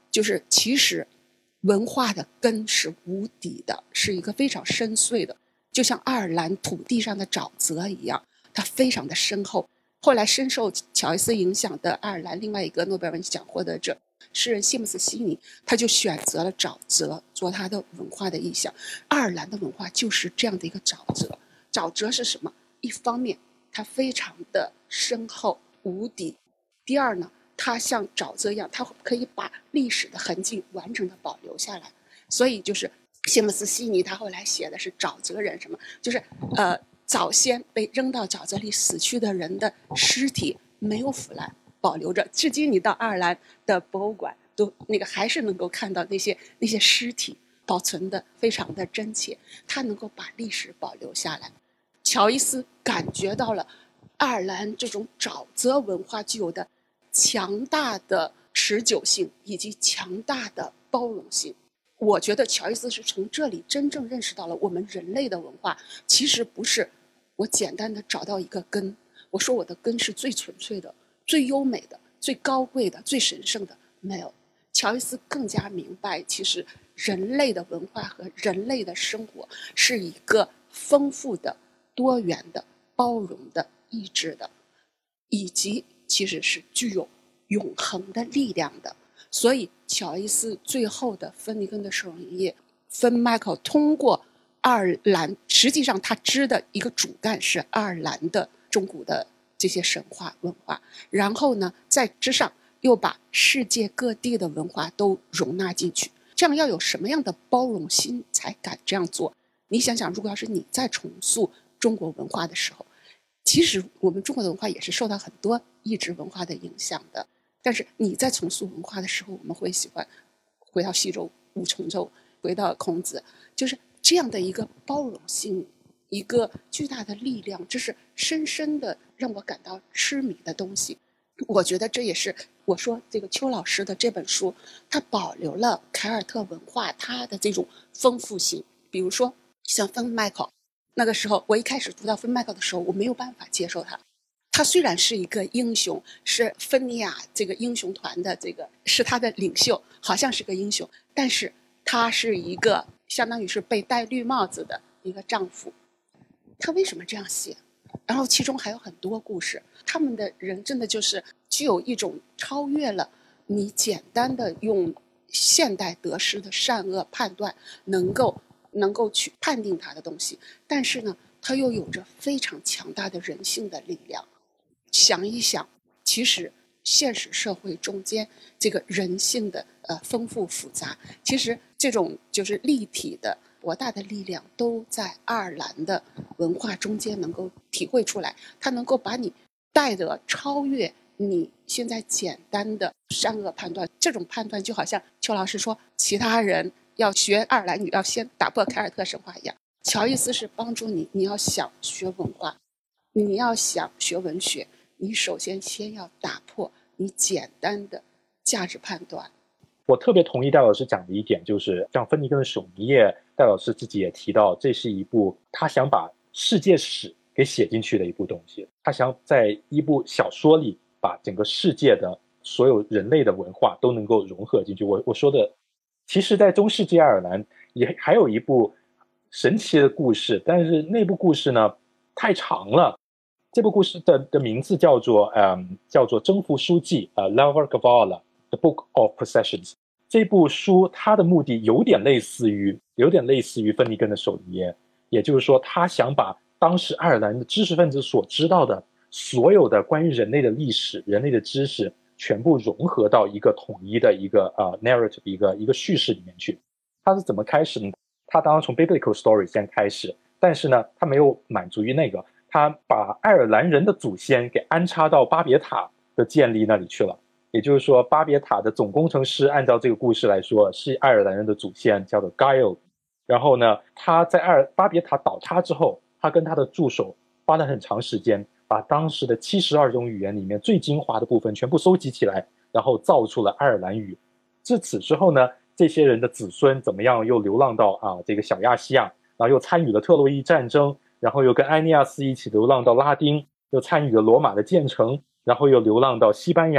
就是其实文化的根是无底的，是一个非常深邃的，就像爱尔兰土地上的沼泽一样，它非常的深厚。后来深受乔伊斯影响的爱尔兰另外一个诺贝尔文学奖获得者诗人西姆斯西尼，他就选择了沼泽做他的文化的意象。爱尔兰的文化就是这样的一个沼泽。沼泽是什么？一方面它非常的深厚无底，第二呢，它像沼泽一样，它可以把历史的痕迹完整的保留下来。所以就是西姆斯西尼他后来写的是沼泽人，什么就是早先被扔到沼泽里死去的人的尸体没有腐烂，保留着，至今你到爱尔兰的博物馆都还是能够看到那些尸体保存的非常的真切，它能够把历史保留下来。乔伊斯感觉到了爱尔兰这种沼泽文化具有的强大的持久性以及强大的包容性。我觉得乔伊斯是从这里真正认识到了我们人类的文化其实不是我简单的找到一个根，我说我的根是最纯粹的、最优美的、最高贵的、最神圣的，没有。乔伊斯更加明白，其实人类的文化和人类的生活是一个丰富的、多元的、包容的、意志的，以及其实是具有永恒的力量的。所以乔伊斯最后的芬尼根的守灵夜，芬麦克通过爱尔兰，实际上他知的一个主干是爱尔兰的中古的这些神话文化，然后呢在之上又把世界各地的文化都容纳进去。这样要有什么样的包容心才敢这样做？你想想，如果要是你在重塑中国文化的时候，其实我们中国的文化也是受到很多异质文化的影响的，但是你在重塑文化的时候，我们会喜欢回到西周、五重奏，回到孔子，就是这样的一个包容性，一个巨大的力量，这是深深的让我感到痴迷的东西。我觉得这也是我说这个邱老师的这本书，它保留了凯尔特文化它的这种丰富性。比如说像芬麦克，那个时候我一开始读到芬麦克的时候，我没有办法接受他。他虽然是一个英雄，是芬尼亚这个英雄团的是他的领袖，好像是个英雄，但是他是一个相当于是被戴绿帽子的一个丈夫。他为什么这样写？然后其中还有很多故事，他们的人真的就是具有一种超越了你简单的用现代得失的善恶判断能够去判定他的东西，但是呢他又有着非常强大的人性的力量。想一想，其实现实社会中间这个人性的丰富复杂，其实这种就是立体的博大的力量都在爱尔兰的文化中间能够体会出来，它能够把你带得超越你现在简单的善恶判断。这种判断就好像邱老师说其他人要学爱尔兰语要先打破凯尔特神话一样，乔伊斯是帮助你，你要想学文化，你要想学文学，你首先要打破你简单的价值判断。 我特别同意戴老师讲的一点，就是像芬尼根的守灵夜，戴老师自己也提到，这是一部他想把世界史给写进去的一部东西。他想在一部小说里把整个世界的所有人类的文化都能够融合进去。我说的，其实在中世纪爱尔兰也还有一部神奇的故事，但是那部故事呢太长了。这部故事的名字叫做征服书记Lever Gavala The Book of Possessions。 这部书它的目的有点类似于芬尼根的守灵夜，也就是说他想把当时爱尔兰的知识分子所知道的所有的关于人类的历史、人类的知识全部融合到一个统一的一个narrative 一个叙事里面去。它是怎么开始呢？他当然从 biblical story 先开始，但是呢他没有满足于那个，他把爱尔兰人的祖先给安插到巴别塔的建立那里去了。也就是说巴别塔的总工程师按照这个故事来说是爱尔兰人的祖先，叫做 Gael。 然后呢他在巴别塔倒塌之后，他跟他的助手花了很长时间把当时的72种语言里面最精华的部分全部收集起来，然后造出了爱尔兰语。自此之后呢，这些人的子孙怎么样又流浪到这个小亚细亚，然后又参与了特洛伊战争，然后又跟埃涅亚斯一起流浪到拉丁，又参与了罗马的建成，然后又流浪到西班牙，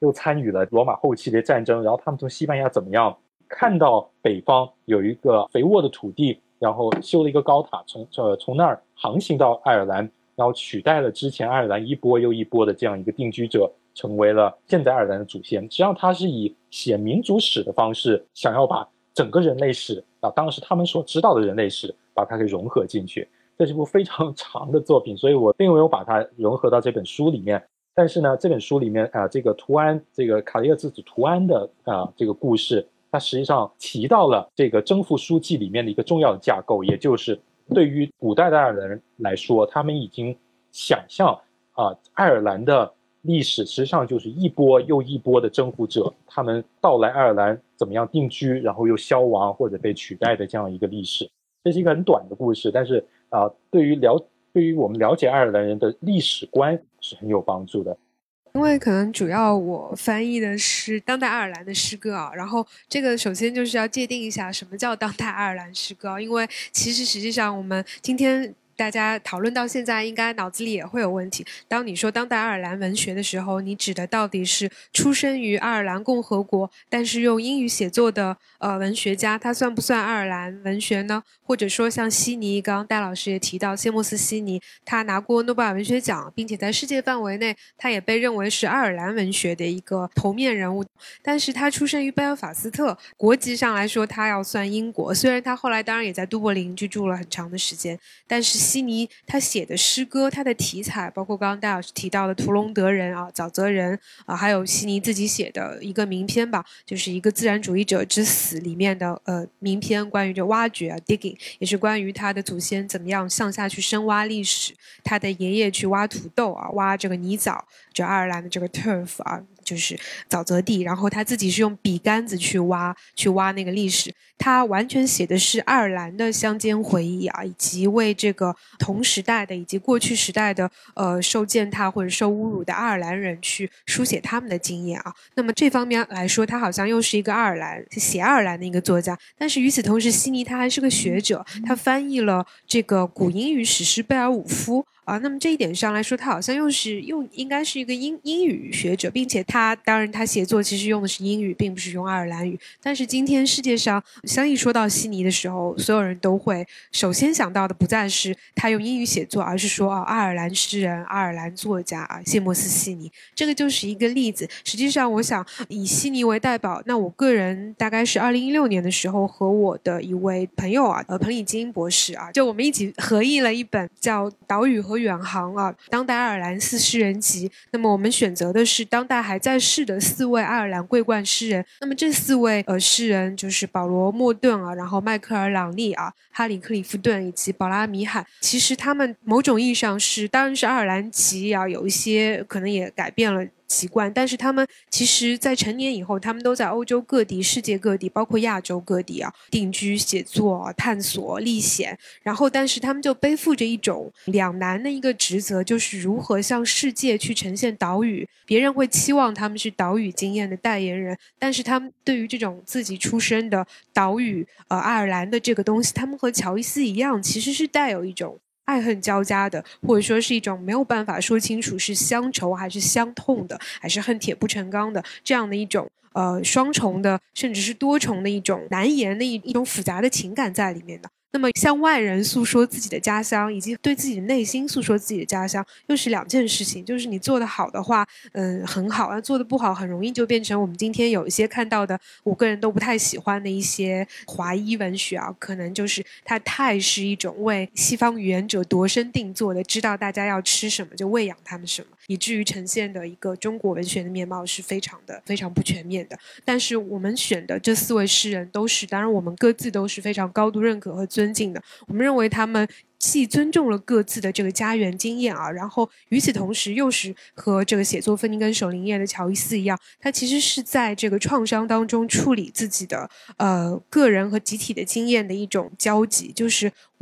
又参与了罗马后期的战争，然后他们从西班牙怎么样看到北方有一个肥沃的土地，然后修了一个高塔，从那儿航行到爱尔兰，然后取代了之前爱尔兰一波又一波的这样一个定居者，成为了现在爱尔兰的祖先。实际上他是以写民族史的方式，想要把整个人类史当时他们所知道的人类史把它给融合进去。这是部非常长的作品，所以我并没有把它融合到这本书里面。但是呢，这本书里面这个图安，这个卡利厄之子图安的这个故事，它实际上提到了这个征服书记里面的一个重要的架构，也就是对于古代的爱尔兰人来说，他们已经想象爱尔兰的历史实际上就是一波又一波的征服者，他们到来爱尔兰怎么样定居，然后又消亡或者被取代的这样一个历史。这是一个很短的故事，但是对于我们了解爱尔兰人的历史观是很有帮助的。 因为可能主要我翻译的是当代爱尔兰的诗歌啊，然后这个首先就是要界定一下什么叫当代爱尔兰诗歌，因为其实实际上我们今天大家讨论到现在应该脑子里也会有问题。当你说当代爱尔兰文学的时候，你指的到底是出生于爱尔兰共和国但是用英语写作的文学家，他算不算爱尔兰文学呢？或者说像悉尼，刚刚戴老师也提到谢莫斯悉尼，他拿过诺贝尔文学奖，并且在世界范围内他也被认为是爱尔兰文学的一个头面人物，但是他出生于贝尔法斯特，国籍上来说他要算英国，虽然他后来当然也在都柏林居住了很长的时间，但是悉尼他写的诗歌，他的题材包括刚刚戴老师提到的屠龙德人沼泽人还有悉尼自己写的一个名篇吧，就是一个自然主义者之死里面的名篇，关于这挖掘digging， 也是关于他的祖先怎么样向下去深挖历史，他的爷爷去挖土豆挖这个泥沼，就爱尔兰的这个 turf 就是沼泽地，然后他自己是用笔杆子去挖那个历史，他完全写的是爱尔兰的乡间回忆以及为这个同时代的以及过去时代的受践踏或者受侮辱的爱尔兰人去书写他们的经验那么这方面来说，他好像又是一个写爱尔兰的一个作家，但是与此同时，悉尼他还是个学者，他翻译了这个古英语史诗贝尔伍夫那么这一点上来说，他好像又应该是一个英语学者，并且当然他写作其实用的是英语，并不是用爱尔兰语。但是今天世界上相一说到悉尼的时候，所有人都会首先想到的不再是他用英语写作，而是说爱尔兰诗人、爱尔兰作家谢莫斯悉尼。这个就是一个例子。实际上，我想以悉尼为代表，那我个人大概是2016年的时候和我的一位朋友彭礼金博士就我们一起合译了一本叫《岛屿和远航》当代爱尔兰4诗人集。那么我们选择的是当代还在世的4位爱尔兰桂冠诗人。那么这4位诗人就是保罗·莫顿然后迈克尔·朗利哈里·克里夫顿以及宝拉·米罕。其实他们某种意义上当然是爱尔兰籍有一些可能也改变了习惯，但是他们其实在成年以后，他们都在欧洲各地、世界各地包括亚洲各地定居、写作、探索、历险，然后但是他们就背负着一种两难的一个职责，就是如何向世界去呈现岛屿。别人会期望他们是岛屿经验的代言人，但是他们对于这种自己出生的岛屿爱尔兰的这个东西，他们和乔伊斯一样，其实是带有一种爱恨交加的，或者说是一种没有办法说清楚是乡愁还是乡痛的，还是恨铁不成钢的这样的一种双重的甚至是多重的一种难言的一种复杂的情感在里面的。那么向外人诉说自己的家乡，以及对自己的内心诉说自己的家乡，又是两件事情。就是你做得好的话很好，做得不好很容易就变成我们今天有一些看到的我个人都不太喜欢的一些华裔文学可能就是它太是一种为西方语言者度身定做的，知道大家要吃什么就喂养他们什么，以至于呈现的一个中国文学的面貌是非常不全面的。但是我们选的这4位诗人都是，当然我们各自都是非常高度认可和尊敬的，我们认为他们既尊重了各自的这个家园经验然后与此同时又是和这个写作《芬尼根守灵夜》的乔伊斯一样，他其实是在这个创伤当中处理自己的个人和集体的经验的一种交集，就是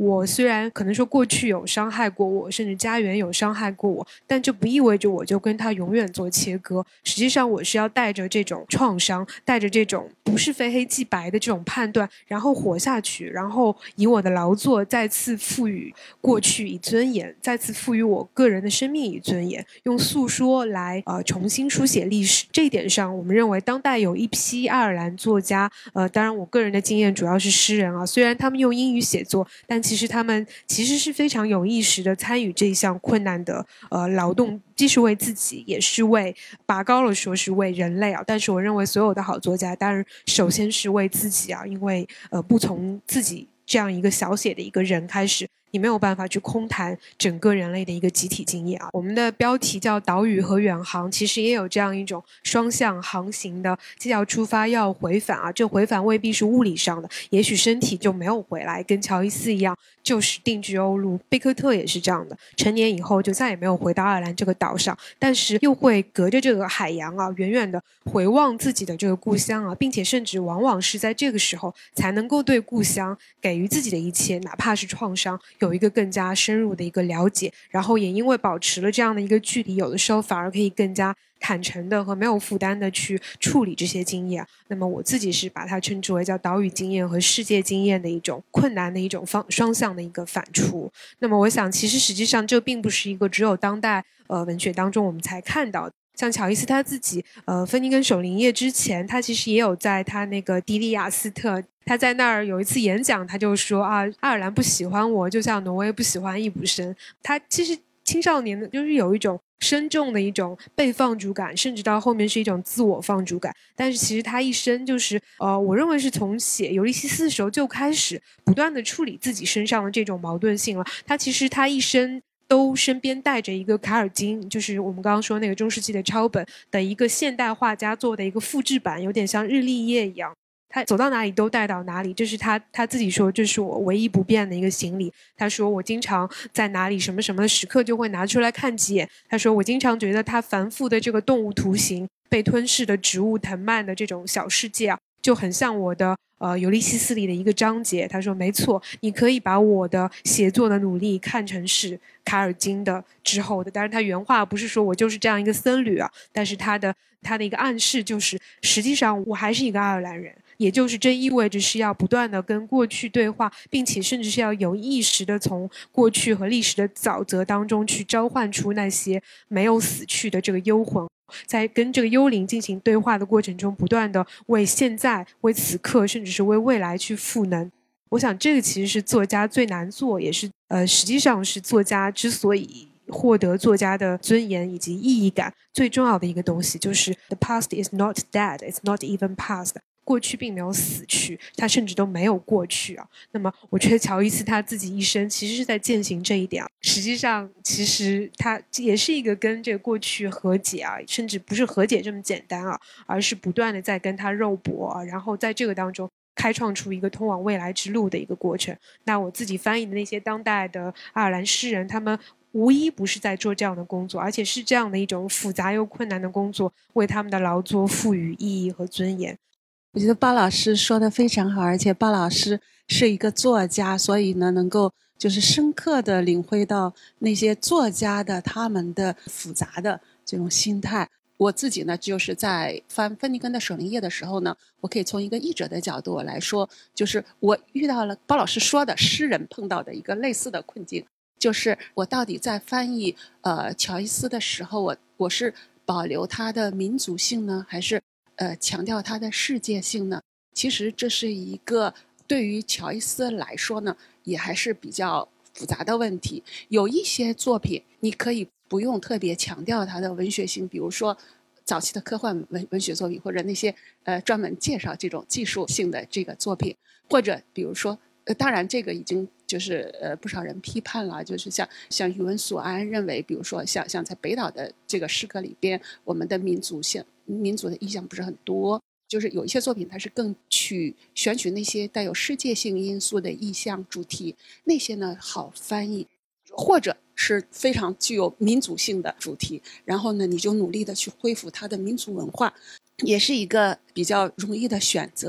我虽然可能说过去有伤害过我，甚至家园有伤害过我，但这不意味着我就跟他永远做切割。实际上我是要带着这种创伤，带着这种不是非黑即白的这种判断，然后活下去，然后以我的劳作再次赋予过去以尊严，再次赋予我个人的生命以尊严，用诉说来重新书写历史。这一点上，我们认为当代有一批爱尔兰作家，当然我个人的经验主要是诗人啊，虽然他们用英语写作，但其实他们其实是非常有意识的参与这一项困难的劳动，既是为自己，也是为拔高了说是为人类啊。但是我认为所有的好作家，当然首先是为自己啊，因为不从自己这样一个小写的一个人开始，你没有办法去空谈整个人类的一个集体经验啊。我们的标题叫岛屿和远航，其实也有这样一种双向航行的，既要出发又要回返啊。这回返未必是物理上的，也许身体就没有回来，跟乔伊斯一样，就是定居欧陆。贝克特也是这样的，成年以后就再也没有回到爱尔兰这个岛上，但是又会隔着这个海洋啊，远远的回望自己的这个故乡啊，并且甚至往往是在这个时候才能够对故乡给予自己的一切，哪怕是创伤，有一个更加深入的一个了解，然后也因为保持了这样的一个距离，有的时候反而可以更加坦诚的和没有负担的去处理这些经验。那么我自己是把它称之为叫岛屿经验和世界经验的一种困难的一种双向的一个反刍。那么我想其实实际上这并不是一个只有当代文学当中我们才看到的。像乔伊斯他自己芬尼根守灵夜之前，他其实也有在他那个迪利亚斯特，他在那儿有一次演讲，他就说啊，爱尔兰不喜欢我，就像挪威不喜欢易卜生。他其实青少年的就是有一种深重的一种被放逐感，甚至到后面是一种自我放逐感。但是其实他一生就是我认为是从写尤利西斯的时候就开始不断的处理自己身上的这种矛盾性了。他其实他一生都身边带着一个卡尔金，就是我们刚刚说那个中世纪的抄本的一个现代画家做的一个复制版，有点像日历页一样。他走到哪里都带到哪里，这是他自己说，这是我唯一不变的一个行李。他说我经常在哪里什么什么的时刻就会拿出来看几眼。他说我经常觉得他繁复的这个动物图形，被吞噬的植物藤蔓的这种小世界啊，就很像我的尤利西斯里的一个章节。他说没错，你可以把我的写作的努力看成是卡尔金的之后的。当然他原话不是说我就是这样一个僧侣啊，但是他的一个暗示就是实际上我还是一个爱尔兰人，也就是这意味着是要不断的跟过去对话，并且甚至是要有意识的从过去和历史的沼泽当中去召唤出那些没有死去的这个幽魂，在跟这个幽灵进行对话的过程中，不断的为现在、为此刻，甚至是为未来去赋能。我想这个其实是作家最难做，也是实际上是作家之所以获得作家的尊严以及意义感最重要的一个东西，就是 The past is not dead, it's not even past。过去并没有死去，他甚至都没有过去啊。那么我觉得乔伊斯他自己一生其实是在践行这一点啊。实际上其实他也是一个跟这个过去和解啊，甚至不是和解这么简单啊，而是不断的在跟他肉搏啊，然后在这个当中开创出一个通往未来之路的一个过程。那我自己翻译的那些当代的爱尔兰诗人，他们无一不是在做这样的工作，而且是这样的一种复杂又困难的工作，为他们的劳作赋予意义和尊严。 我觉得巴老师说的非常好，而且巴老师是一个作家，所以呢能够就是深刻的领会到那些作家的他们的复杂的这种心态。我自己呢就是在翻芬尼根的守灵夜的时候呢，我可以从一个译者的角度来说，就是我遇到了巴老师说的诗人碰到的一个类似的困境，就是我到底在翻译乔伊斯的时候，我是保留他的民族性呢，还是强调它的世界性呢？其实这是一个对于乔伊斯来说呢，也还是比较复杂的问题。有一些作品你可以不用特别强调它的文学性，比如说早期的科幻文学作品，或者那些专门介绍这种技术性的这个作品，或者比如说当然这个已经就是不少人批判了，就是像宇文所安认为，比如说像在北岛的这个诗歌里边，我们的民族的意象不是很多，就是有一些作品它是更选取那些带有世界性因素的意象主题，那些呢好翻译，或者是非常具有民族性的主题，然后呢你就努力的去恢复它的民族文化，也是一个比较容易的选择。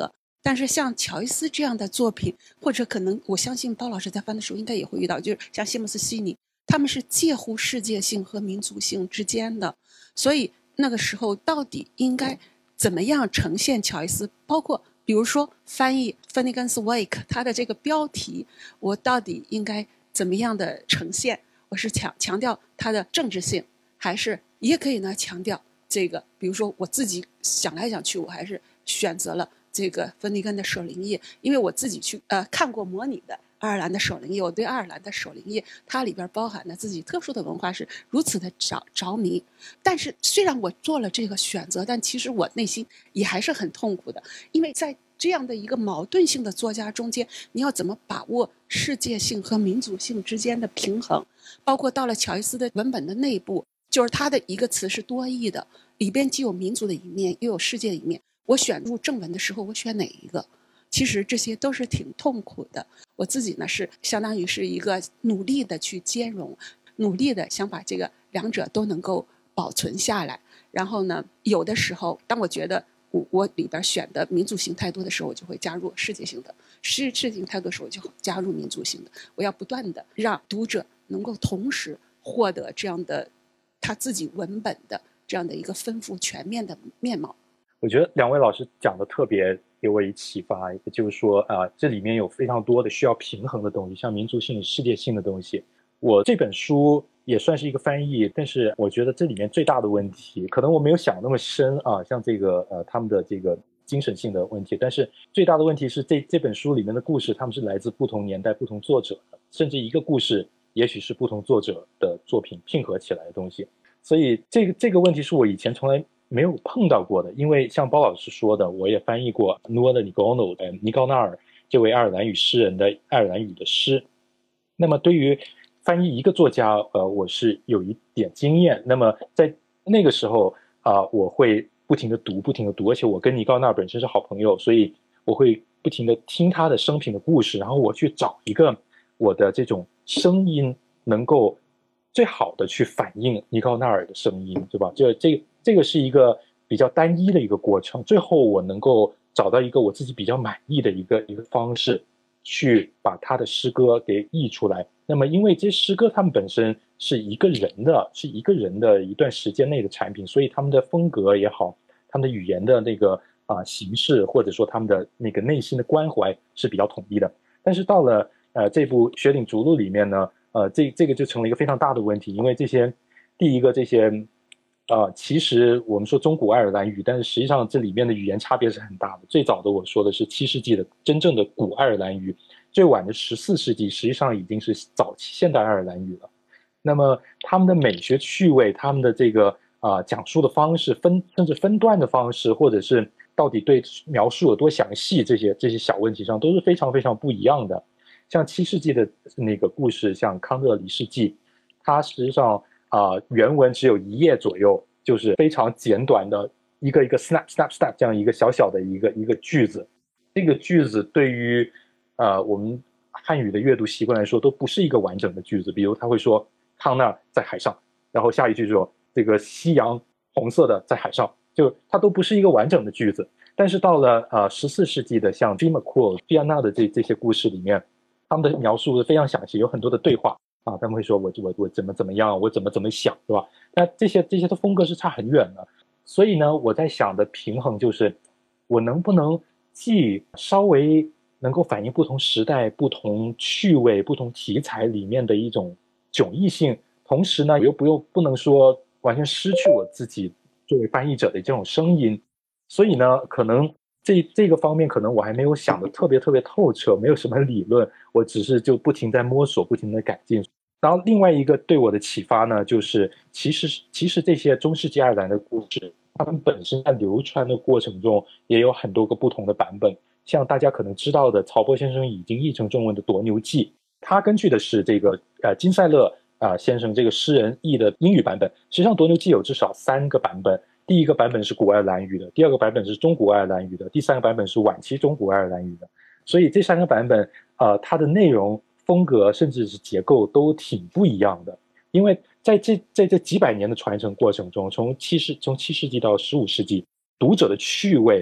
但是像乔伊斯这样的作品，或者可能我相信包老师在翻的时候应该也会遇到，就是像西姆斯西尼，他们是介乎世界性和民族性之间的，所以那个时候到底应该怎么样呈现乔伊斯，包括比如说翻译 Finnegan's Wake 它的这个标题，我到底应该怎么样的呈现？我是强调它的政治性，还是也可以呢强调这个，比如说我自己想来想去，我还是选择了这个芬尼根的守灵夜，因为我自己去看过模拟的爱尔兰的守灵夜，我对爱尔兰的守灵夜它里边包含的自己特殊的文化是如此的着迷。但是虽然我做了这个选择，但其实我内心也还是很痛苦的，因为在这样的一个矛盾性的作家中间，你要怎么把握世界性和民族性之间的平衡？包括到了乔伊斯的文本的内部，就是他的一个词是多义的，里边既有民族的一面，又有世界的一面。我选入正文的时候，我选哪一个？其实这些都是挺痛苦的。我自己呢是相当于是一个努力的去兼容，努力的想把这个两者都能够保存下来。然后呢，有的时候当我觉得我里边选的民族性太多的时候，我就会加入世界性的；世界性太多的时候，我就加入民族性的。我要不断的让读者能够同时获得这样的他自己文本的这样的一个丰富全面的面貌。 我觉得两位老师讲的特别给我以启发，就是说这里面有非常多的需要平衡的东西，像民族性、世界性的东西。我这本书也算是一个翻译，但是我觉得这里面最大的问题，可能我没有想那么深像这个他们的这个精神性的问题，但是最大的问题是这本书里面的故事，他们是来自不同年代、不同作者的，甚至一个故事也许是不同作者的作品拼合起来的东西。所以这个问题是我以前从来没有碰到过的，因为像包老师说的，我也翻译过诺的尼高纳尔这位爱尔兰语诗人的爱尔兰语的诗。那么对于翻译一个作家，我是有一点经验。那么在那个时候我会不停地读，而且我跟尼高纳尔本身是好朋友，所以我会不停地听他的生平的故事，然后我去找一个我的这种声音能够最好的去反映尼高纳尔的声音，对吧？这个是一个比较单一的一个过程，最后我能够找到一个我自己比较满意的一个方式，去把他的诗歌给译出来。那么因为这些诗歌他们本身是一个人的一段时间内的产品，所以他们的风格也好，他们的语言的那个形式，或者说他们的那个内心的关怀是比较统一的。但是到了这部《雪岭逐鹿》里面呢，这个就成了一个非常大的问题，因为第一个这些其实我们说中古爱尔兰语，但是实际上这里面的语言差别是很大的。最早的我说的是7世纪的真正的古爱尔兰语，最晚的14世纪实际上已经是早期现代爱尔兰语了。那么他们的美学趣味，他们的这个讲述的方式，甚至分段的方式，或者是到底对描述有多详细，这些小问题上都是非常非常不一样的。像7世纪的那个故事，像康德离世记，它实际上原文只有1页左右，就是非常简短的一个 snap 这样一个小小的一个句子。这个句子对于我们汉语的阅读习惯来说都不是一个完整的句子。比如他会说康纳在海上，然后下一句说这个夕阳红色的在海上，就它都不是一个完整的句子。但是到了14世纪的像 G. McCall、菲亚娜的这些故事里面，他们的描述非常详细，有很多的对话他们会说我怎么样，我怎么想，对吧？那这些的风格是差很远的。所以呢，我在想的平衡就是我能不能既稍微能够反映不同时代、不同趣味、不同题材里面的一种迥异性，同时呢又不能说完全失去我自己作为翻译者的这种声音。所以呢，可能这个方面可能我还没有想得特别透彻，没有什么理论，我只是就不停在摸索，不停的改进。然后另外一个对我的启发呢，就是其实这些中世纪爱尔兰的故事，他们本身在流传的过程中也有很多个不同的版本。像大家可能知道的，曹波先生已经译成中文的《夺牛记》，他根据的是这个金塞勒先生这个诗人译的英语版本。实际上《夺牛记》有至少3个版本，第一个版本是古爱尔兰语的，第二个版本是中古爱尔兰语的，第3个版本是晚期中古爱尔兰语的。所以这3个版本它的内容、风格甚至是结构都挺不一样的。因为在这几百年的传承过程中，从7世纪到15世纪，读者的趣味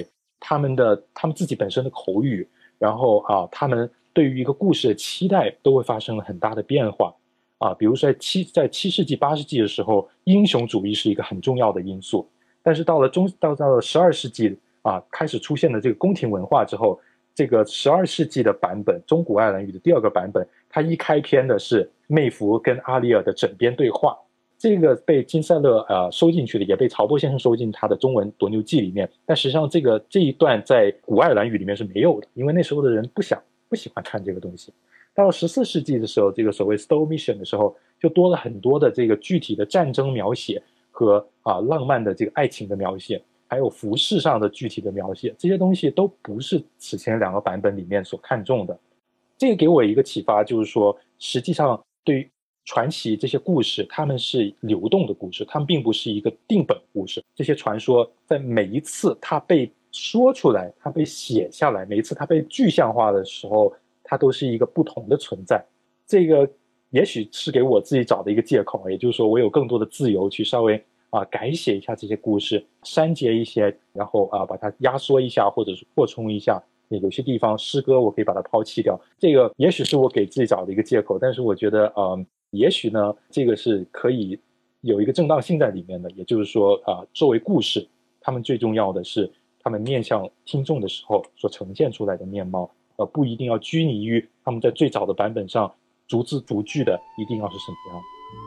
他们自己本身的口语，然后他们对于一个故事的期待都会发生了很大的变化比如说在7世纪8世纪的时候，英雄主义是一个很重要的因素，但是到了12世纪开始出现了这个宫廷文化之后，这个12世纪的版本中古爱尔兰语的第2个版本，它一开篇的是妹夫跟阿里尔的枕边对话，这个被金塞勒收进去的，也被曹波先生收进他的中文夺牛记里面，但实际上这一段在古爱尔兰语里面是没有的，因为那时候的人不喜欢看这个东西。到了14世纪的时候，这个所谓 Stowe Mission 的时候，就多了很多的这个具体的战争描写和浪漫的这个爱情的描写，还有服饰上的具体的描写，这些东西都不是此前2个版本里面所看重的。这个给我一个启发，就是说实际上对于传奇这些故事，他们是流动的故事，他们并不是一个定本故事。这些传说在每一次它被说出来，它被写下来，每一次它被具象化的时候，它都是一个不同的存在。这个也许是给我自己找的一个借口，也就是说我有更多的自由去稍微改写一下这些故事，删节一些，然后把它压缩一下，或者是扩充一下。有些地方诗歌我可以把它抛弃掉，这个也许是我给自己找的一个借口，但是我觉得也许呢这个是可以有一个正当性在里面的。也就是说作为故事，他们最重要的是他们面向听众的时候所呈现出来的面貌，不一定要拘泥于他们在最早的版本上逐字逐句的一定要是什么样。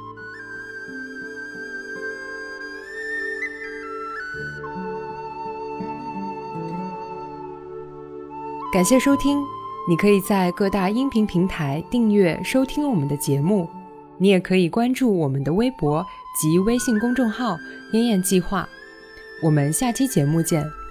感谢收听，你可以在各大音频平台订阅收听我们的节目，你也可以关注我们的微博及微信公众号“燕燕计划”。我们下期节目见。